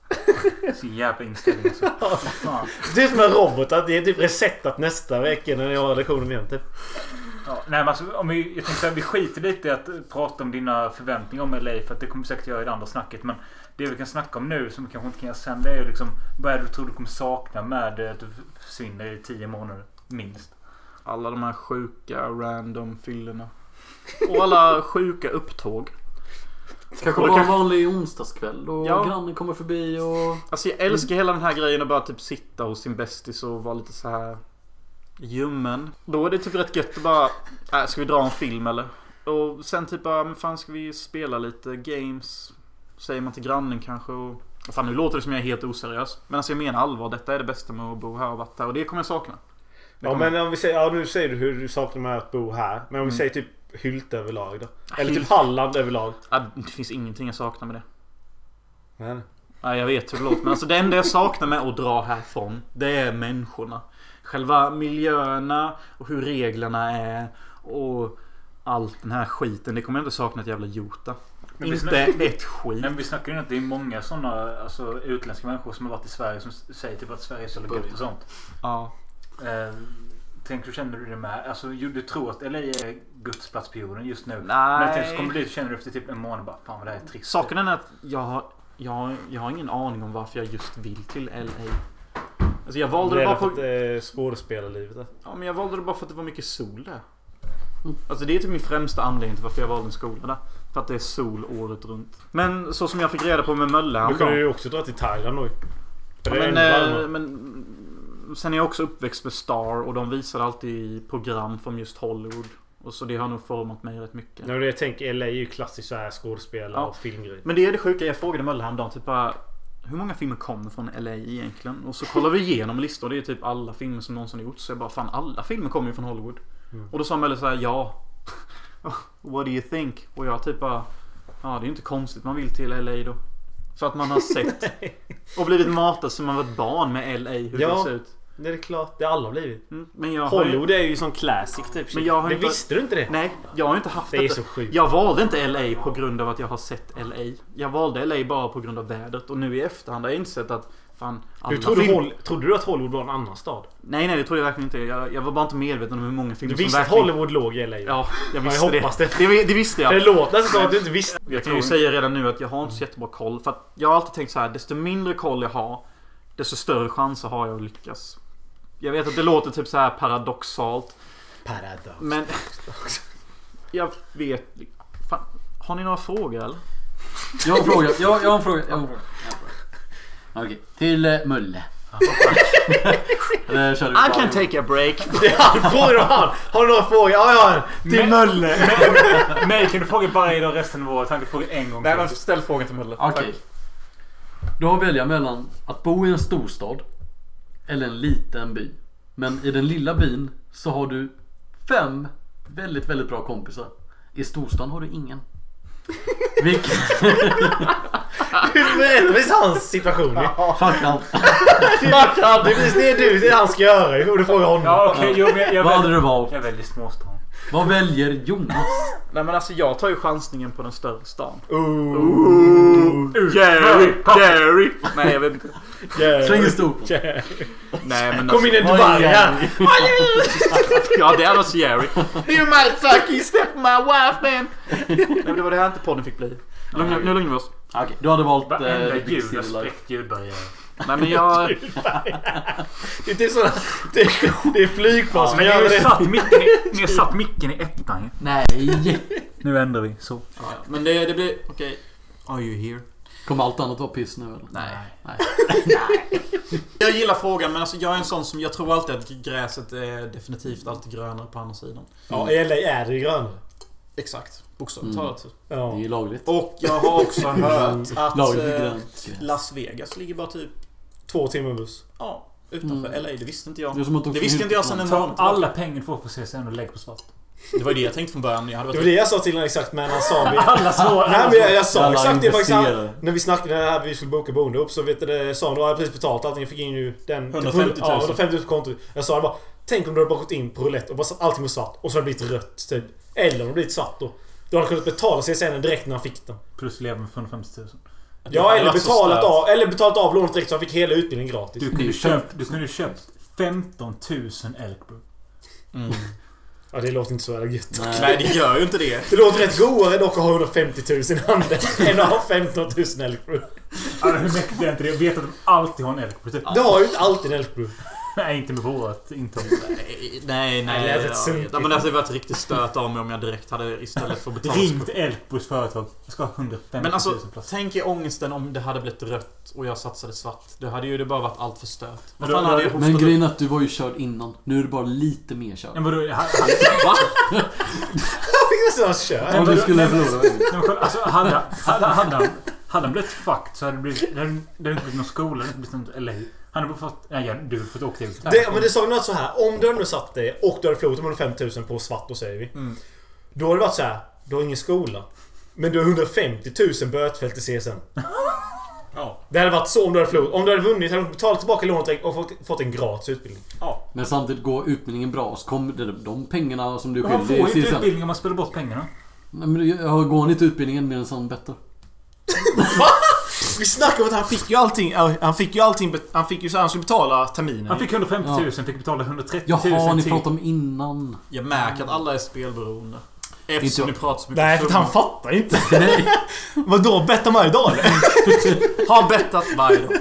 S2: Så jävla inställning så.
S6: Ja. Det är som en robot att det är typ resetat nästa vecka när jag har lektionen igen typ.
S2: Ja, nej men alltså, om vi, jag tänkte att vi skiter lite i att prata om dina förväntningar om L A för att det kommer säkert göra i det andra snacket, men det vi kan snacka om nu som vi kanske inte kan göra sen, det är ju liksom vad är det du tror du kommer sakna med att du försvinner i tio månader minst?
S1: Alla de här sjuka random fyllorna och alla sjuka upptåg.
S7: Kanske vara en vanlig onsdagskväll och ja. Grannen kommer förbi och...
S1: Alltså jag älskar hela den här grejen att bara typ sitta hos sin bästis och vara lite så här ljummen. Då är det typ rätt gött att bara äh, ska vi dra en film eller? Och sen typ bara, men fan ska vi spela lite games? Säger man till grannen kanske och... Fan nu låter det som jag är helt oseriös. Men alltså jag menar allvar, detta är det bästa med att bo här och varit här och det kommer jag sakna.
S6: Ja men om vi säger, ja nu säger du hur du saknar med att bo här. Men om vi mm. säger typ Hylt överlag då. Eller typ Halland överlag.
S1: Ja, det finns ingenting jag saknar med det.
S6: Men.
S1: Ja, jag vet hur det låter. Men alltså det enda jag saknar med att dra härifrån, det är människorna. Själva miljöerna och hur reglerna är och allt den här skiten. Det kommer jag inte sakna ett jävla jota. Men inte snackar, ett skit.
S2: Men vi snackar ju att det är många sådana alltså, utländska människor som har varit i Sverige som säger typ att Sverige är så gött och sånt.
S1: Ja.
S2: Eh, tänker du, känner du det med? Alltså du tror att L A är Guds plats på jorden just nu.
S1: Nej.
S2: Men tänk så kommer du dit och känner du efter typ en månad bara fan vad det här är trist.
S1: Saken är att jag har, jag, har, jag har ingen aning om varför jag just vill till L A. Alltså jag valde det, det bara
S6: på eh, skådespelarlivet.
S1: Ja, men jag valde det bara för att det var mycket sol där. Mm. Alltså det är typ min främsta anledning till varför jag valde en skola där. För att det är sol året runt. Men så som jag fick reda på med Mölle.
S6: Du kan ju också dra till Thailand nu.
S1: Ja, men, äh, men sen är jag också uppväxt med Star och de visar alltid program från just Hollywood. Och så det har nog format mig rätt mycket.
S6: När jag tänker L A är ju klassiskt så här skådespelare ja. Och filmgrej.
S1: Men det är det sjuka, jag frågade Mölle häromdagen typ bara, hur många filmer kommer från L A egentligen? Och så kollar vi igenom listor, det är typ alla filmer som någonsin gjorts. Så jag bara, fan alla filmer kommer ju från Hollywood. Mm. Och då sa Mölle så här, ja. What do you think? Och jag typ bara, ja det är ju inte konstigt man vill till L A då. För att man har sett och blivit matad som man var ett barn med L A, hur ja. Det ser ut.
S6: Det är klart, det har alla blivit.
S1: Mm, men jag
S6: Hollywood ju... är ju sån classic typ.
S1: Men jag har
S6: det
S1: inte...
S6: visste du inte det?
S1: Nej, jag har inte haft
S6: det. Det är så sjukt.
S1: Jag valde inte L A på grund av att jag har sett L A. Jag valde L A bara på grund av vädret. Och nu i efterhand har jag insett att fan,
S6: du trodde, film... Hol... trodde du att Hollywood var en annan stad?
S1: Nej, nej, det trodde jag verkligen inte. Jag, jag var bara inte medveten om hur många filmer
S6: du
S1: som
S6: verkligen... Du visste att Hollywood låg i L A?
S1: Ja, jag visste
S6: jag hoppas
S1: det.
S6: Det.
S1: det. Det visste jag.
S6: Det låter nästan som att du inte visste.
S1: Jag kan ju säga redan nu att jag har inte så jättebra koll. För att jag har alltid tänkt så här, desto mindre koll jag har, desto större chanser har jag att lyckas. Jag vet att det låter typ så här paradoxalt.
S6: Paradox.
S1: Men jag vet. Fan, har ni några frågor eller?
S7: Jag har en fråga. Jag, jag har en fråga. Jag har en fråga. Okej, till uh, Mölle.
S6: I can take a break. Frågar han. Har du några frågor? Ja, ja. Till Mölle.
S2: Nej, kan du fråga bara idag resten av året? Han kan fråga en gång.
S1: Nej, men ställ frågan till Mölle.
S7: Okej. Okay. Du har att välja mellan att bo i en storstad eller en liten by. Men i den lilla byn så har du fem väldigt, väldigt bra kompisar. I storstan har du ingen. Vilket...
S6: Hur berättar vi hans situation?
S7: Fuck han.
S6: Fuck han. Det är det du det han ska göra. Hur du frågar honom.
S2: Ja, okej. Okay. Jag, jag, jag,
S7: Vad hade du valt?
S2: Jag väljer småstan.
S7: Vad väljer Jonas?
S1: Nej, men alltså jag tar ju chansningen på den större stan.
S6: Ooh. Ooh.
S1: Jerry, Jerry. Nej, jag vet inte.
S7: Släng en stor.
S1: Nej, men
S6: kom in en Dubai här.
S1: Ja, det är alltså Jerry. You might suck, you step my wife, man. Nej, men det var det här inte podden fick bli. Lugna, nu lugnar vi oss.
S7: Okej, okay, du hade valt
S2: äh, ljud, jag spräckt ljudbarriär.
S1: Nej, men jag...
S6: Det är sådana... Det är, det är flygplan som
S2: ja,
S6: gör
S2: det.
S6: det.
S2: Satt micken i, ni har satt micken i ettan.
S7: Nej.
S2: Nu ändrar vi, så.
S1: Ja, men det, det blir... Okej. Okay. Are you here?
S7: Kommer allt annat vara piss nu eller?
S1: Nej.
S7: Nej.
S1: Nej. Jag gillar frågan, men alltså jag är en sån som... Jag tror alltid att gräset är definitivt alltid grönare på andra sidan.
S6: Ja, i L A är det grönare.
S1: Exakt. Bokstavligt talat.
S7: Mm. Ja. Det är lagligt.
S1: Och jag har också hört att
S7: eh,
S1: Las Vegas ligger bara typ
S6: två timmar buss.
S1: Ja, utanför mm. L A. Det visste inte jag.
S7: Det, det,
S1: det visste inte jag sen en
S2: månad. Alla pengar får för C S N och lägg på svart.
S1: Det var det jag tänkte från början. Jag hade
S6: det var det jag sa till honom exakt, men han sa vi...
S2: alla så.
S6: Nej, men jag, jag sa exakt det faktiskt. Han, när vi snackade här vi skulle boka boende upp så vet du det sa han då hade precis betalt allting. Jag fick in ju den
S1: hundrafemtio tusen.
S6: Ja, hundrafemtio tusen konto. Jag sa bara tänk om du hade bara gått in på roulette och bara satt allting med svart och så hade det blivit rött typ. Eller om det blivit svart då. Då hade han kunnat betala C S N direkt när han fick den.
S2: Plus leva med hundrafemtio tusen.
S6: Ja, eller betalat av eller betalat av lånet direkt så han fick hela utbildningen gratis.
S2: Du kunde köpt du kunde köpt femton tusen Elkbro.
S6: Mm. Ja, det låter inte så jävla gött.
S1: Nej. Nej, det gör ju inte det.
S6: Det låter rätt godare dock att ha hundrafemtio tusen i handen än att ha femton tusen Elkbro.
S2: Ja, hur mäktigt är inte det? Jag vet att de alltid har en Elkbro. Typ.
S6: Du har ju inte alltid en Elkbro.
S2: Nej, inte med vårat intag.
S1: Nej, nej, nej. Det ja, ja, men det hade varit riktigt stört av mig om jag direkt hade istället för betalt.
S2: Ringt Elkbros företag. Jag ska ha hundrafemtio tusen.
S1: Men alltså,
S2: plats.
S1: tänk i ångesten om det hade blivit rött och jag satsade svart. Det hade ju det bara varit allt för stört.
S7: Men, då, hade jag men grejen att du var ju körd innan. Nu är det bara lite mer körd.
S2: Men vadå? Han, han,
S1: va?
S6: Jag fick nästan köra.
S7: Om du skulle förlora.
S2: Alltså, hade, hade, hade, han, hade han blivit fucked så hade det blivit... Det hade inte blivit någon skola. Det hade inte blivit L A. Han hade fått... Nej, du hade fått åka till...
S6: Det, men det sa något så här. Om du hade satt det och du hade förlorat hundrafemtio tusen på svart, då säger vi. Mm. Då hade det varit så här. Du har ingen skola. Men du har hundrafemtio tusen bötfält i C S N. Ja. Det hade varit så om du hade förlorat. Om du hade vunnit hade du betalat tillbaka lånet och fått, fått en gratis utbildning.
S7: Ja. Men samtidigt går utbildningen bra så kommer det, de pengarna som du
S2: skyldig. Man får inte utbildning om man spelar bort pengarna.
S7: Nej, men jag går inte utbildningen med en sån bättre.
S6: Va? Vi snackar om att han fick ju allting. Han fick ju allting. Han fick ju så han skulle betala terminen.
S2: Han fick hundrafemtio tusen, ja. Fick betala hundratrettio tusen.
S7: Jaha, ni pratade om innan.
S1: Jag märker att alla är spelberoende. Eftersom ni pratar så mycket.
S6: Nej, för att han fattar inte. Nej. Vadå, bettar man idag?
S1: Har bettat varje dag.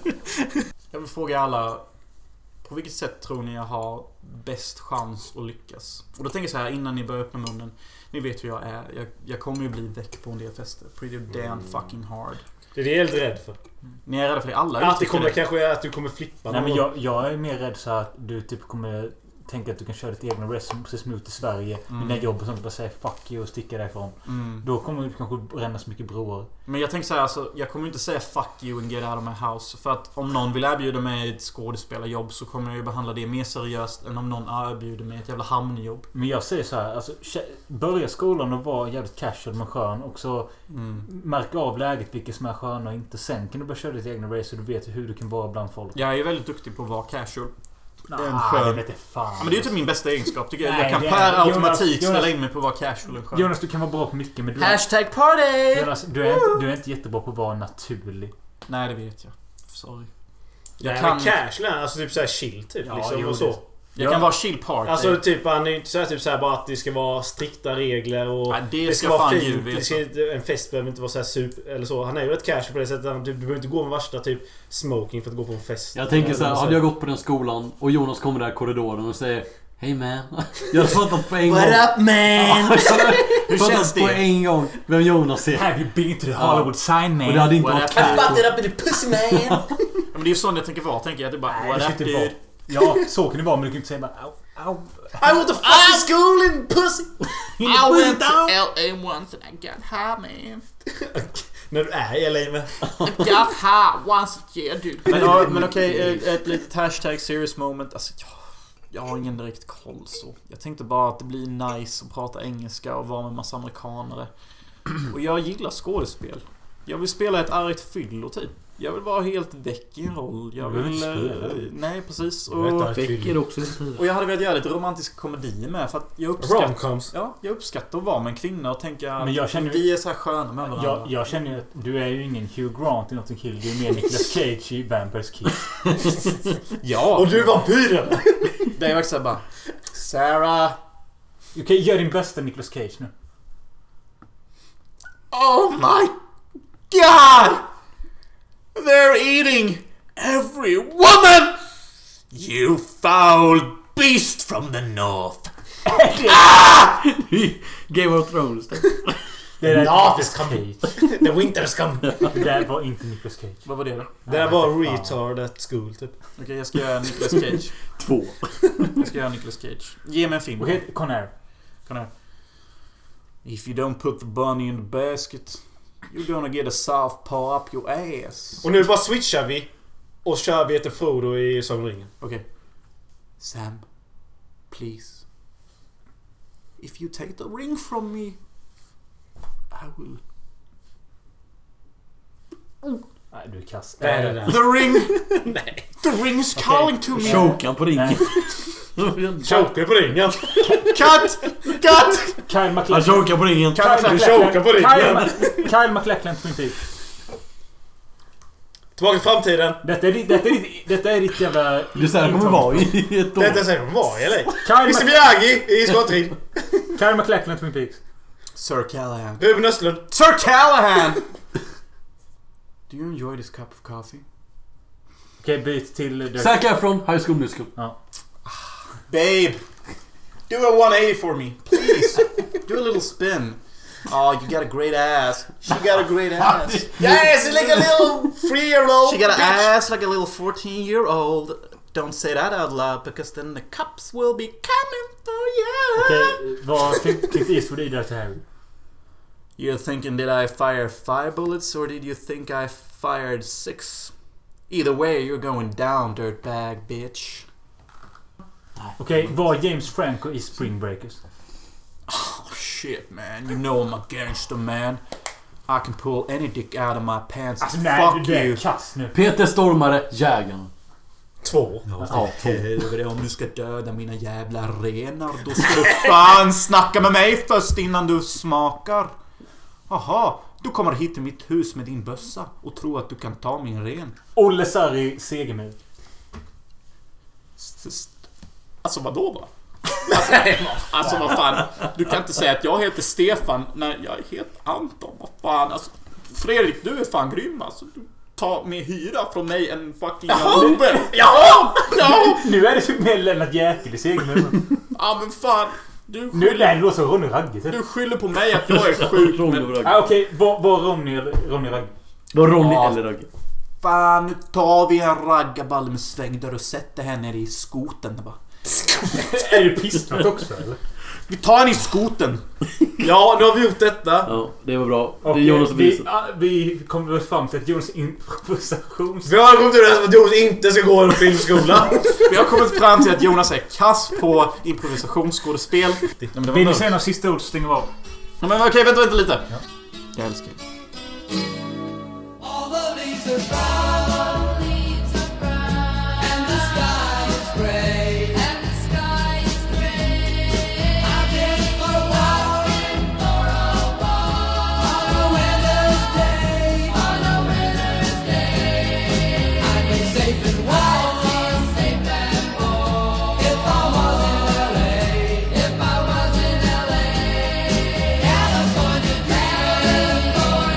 S1: Jag vill fråga alla. På vilket sätt tror ni jag har bäst chans att lyckas? Och då tänker jag så här innan ni börjar öppna munnen. Ni vet hur jag är. Jag, jag kommer ju bli väck på en del fester. Pretty damn fucking hard.
S6: Det är det jag är helt rädd för.
S1: Ni är rädda för det alla?
S6: Att det kommer det. Kanske att du kommer flippa.
S2: Nej, men jag, jag är mer rädd så att du typ kommer tänka att du kan köra ditt egna resume precis smooth i Sverige. Mm. Mina jobb och sånt. Bara säga fuck you och sticka därifrån. Mm. Då kommer du kanske bränna så mycket broar. Men
S1: jag tänker så här, alltså, jag kommer inte säga fuck you and get out of my house. För att om någon vill erbjuda mig ett skådespelarjobb så kommer jag ju behandla det mer seriöst än om någon erbjuder mig ett jävla hamnjobb.
S2: Men jag säger så här, alltså, börja skolan och vara jävligt casual men skön. Och så mm. märka av läget vilka som är sköna och inte. Sen kan du bara köra ditt egna race och du vet hur du kan vara bland folk.
S1: Jag är väldigt duktig på att vara casual.
S2: Nah, det vet jag fan.
S1: Ja, men det är ju typ min bästa egenskap tycker jag. Nej, jag kan per automatik ställa in mig på att vara casual och skön.
S2: Jonas, du kan vara bra på mycket men du
S1: Hashtag party!
S2: Jonas, du är, inte, du är inte jättebra på att vara naturlig.
S1: Nej, det vet jag. Sorry.
S6: Jag Nej, kan casual, alltså typ såhär chill typ ja, liksom, och så.
S1: Jag ja. kan vara chill party.
S6: Alltså typ han är inte så här, typ så här bara att det ska vara strikta regler och
S1: ja, det,
S6: det
S1: ska,
S6: ska vara
S1: fan
S6: fint. Det ska, en fest behöver inte vara så här super eller så. Han är ju ett casual på det sättet. Han, typ, du behöver inte gå med värsta typ smoking för att gå på en fest.
S7: Jag tänker så här, hade jag gått på den skolan och Jonas kommer där i korridoren och säger hej man. Jag har fattat på en gång.
S6: What up man?
S1: Hur känns det?
S7: På en gång vem Jonas är.
S2: Have you been to the Hollywood sign man?
S7: Och det hade inte varit
S6: I fucked it up in the pussy man.
S1: Men det är ju sånt jag tänker vara. Tänker jag att det bara...
S2: Nej, det ska inte
S1: dude.
S2: vara. Ja, så kan det vara, men du kan inte säga bara... Au, au.
S6: I want to fucking school in pussy!
S1: I went to L A once and I got high, man.
S6: När du är i L A med.
S1: I got high once a year, dude. Men, ja, men okej, ett, ett litet hashtag serious moment. Alltså, jag, jag har ingen direkt koll så. Jag tänkte bara att det blir nice att prata engelska och vara med massa amerikanare. Och jag gillar skådespel. Jag vill spela ett argt fyllo typ. Jag vill vara helt väck i en roll. Jag
S2: vill
S1: vill...
S2: inte spela.
S1: Nej, precis.
S6: Jag vet
S1: Och,
S6: inte.
S7: Väck är också lite.
S1: och jag hade velat göra lite romantiska komedier med. För att jag uppskattar...
S6: Romcoms.
S1: Ja, jag uppskattar att vara med en kvinna och tänka
S2: Men jag
S1: att
S2: känner-
S1: vi är så här sköna med varandra.
S2: Jag, jag känner ju att du är ju ingen Hugh Grant i Notting Hill. Du är mer Nicolas Cage i Vampires Kiss.
S1: Ja,
S6: Och du är vampyren!
S1: det är verkligen bara Sarah.
S2: Okej, okay, gör din bästa Nicolas Cage nu.
S1: Oh my God! They're eating every woman! You foul beast from the north!
S7: Game of Thrones.
S2: Det är
S6: Love is
S2: Nicolas
S6: coming.
S2: Cage.
S6: The winter is coming.
S2: Det där var inte Nicolas Cage.
S1: Vad var det då?
S6: Det där var retard at school typ.
S1: Okej, okay, jag ska göra Nicolas Cage.
S7: Två.
S1: Jag ska göra Nicolas Cage. Ge mig en film.
S2: Okej, okay, Conair.
S1: Conair. If you don't put the bunny in the basket, you're gonna get a southpaw up your ass.
S6: Och nu bara switchar vi. Och kör vi efter Frodo i Sagan om ringen.
S1: Okej. Okay. Sam, please. If you take the ring from me, I will...
S2: Nej, du är kass.
S6: Nej, nej, nej.
S1: The ring! Nej. The ring is calling to me!
S7: Chokan på ringen.
S6: Choker på ringen.
S1: Cut! Cut!
S2: Kyle
S7: Han
S2: MacLachlan.
S7: chokar på ringen.
S6: Du chokar på ringen.
S2: Kyle, Kyle MacLachlan Twin Peaks.
S6: Tillbaka till framtiden.
S2: Detta är ditt, detta är ditt, detta är ditt jävla...
S7: Det är så här det kommer vara i ett år.
S6: Detta är säkert var eller?
S2: Kyle,
S6: Mister
S2: Mac-
S6: Miyagi i Skottrid.
S2: Kyle MacLachlan Twin Peaks.
S1: Sir Callahan.
S6: Ruben Östlund.
S1: Sir Callahan! Do you enjoy this cup of coffee?
S2: Okej, okay, byt till...
S7: Zac Efron, High School Musical.
S2: Ja.
S1: Babe! Do a one eighty for me, please. Do a little spin. Oh, you got a great ass. She got a great ass.
S6: Yes, it's like a little three-year-old.
S1: She got an
S6: bitch.
S1: ass like a little fourteen-year-old. Don't say that out loud, because then the cups will be coming for you.
S2: Okej, okay, vad Clint Eastwood i det här?
S1: You're thinking, did I fire five bullets or did you think I fired six? Either way, you're going down, dirtbag bitch.
S2: Okej, okay, var James Franco i Spring Breakers?
S1: Oh shit, man. You know I'm a gangster, man. I can pull any dick out of my pants.
S2: Alltså nej,
S1: Fuck
S2: du är
S1: you.
S2: kass nu.
S7: Peter Stormare, Jägaren.
S6: Två.
S1: Ja,
S7: Ja,
S1: helvete, om du ska döda mina jävla renar, då ska du fan snacka med mig först innan du smakar. Aha, du kommer hit till mitt hus med din bössa och tror att du kan ta min ren.
S2: Olle Sarri Segemyhr.
S1: Alltså vadå va? Alltså, alltså vad fan, du kan inte säga att jag heter Stefan när jag heter Anton. Vad fan, alltså Fredrik, du är fan grym alltså. Du tar med hyra från mig en fucking Uber. Ja, ja.
S2: Nu är det typ mer Lennart Jäkel i Segemyhr.
S1: Ja men fan. Du
S2: Nu
S1: skyller,
S2: är det då så Ronny Ragge.
S1: du skyller på mig att jag är sjuk. Men
S2: Ah, okej, okay. var, var Ronny eller Ronny Ragge?
S7: Var Ronny
S1: Ja.
S7: eller Ragge?
S1: fan, nu tar vi en raggarballe med svängdörr och sätter henne i skoten bara.
S2: Är du pissnat också eller?
S1: Vi tar henne i skoten.
S6: Ja, nu har vi gjort detta.
S7: Ja, det var bra. Det är
S2: Okej,
S7: Jonas och
S2: vi,
S7: Vincent.
S2: ah, vi kommer fram till att Jonas improvisations...
S6: Vi har kommit överens om att Jonas inte ska gå en filmskola.
S1: Vi har kommit fram till att Jonas är kass på improvisationsskådespel. Ja, men det var
S2: Vill ni
S1: bra.
S2: säga några sista ord så stänger vi av.
S1: Ja, men okej, vänta, vänta lite.
S2: Ja.
S1: Jag älskar det.
S8: All the leaves are brown, leaves are brown, and the sky is gray, and the sky is gray. I've been for a walk, for a walk, on a winter's day, on a winter's day. I'd be safe and warm, safe and warm, if I was in L A, if I was in L A. California dreaming, California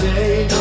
S8: day.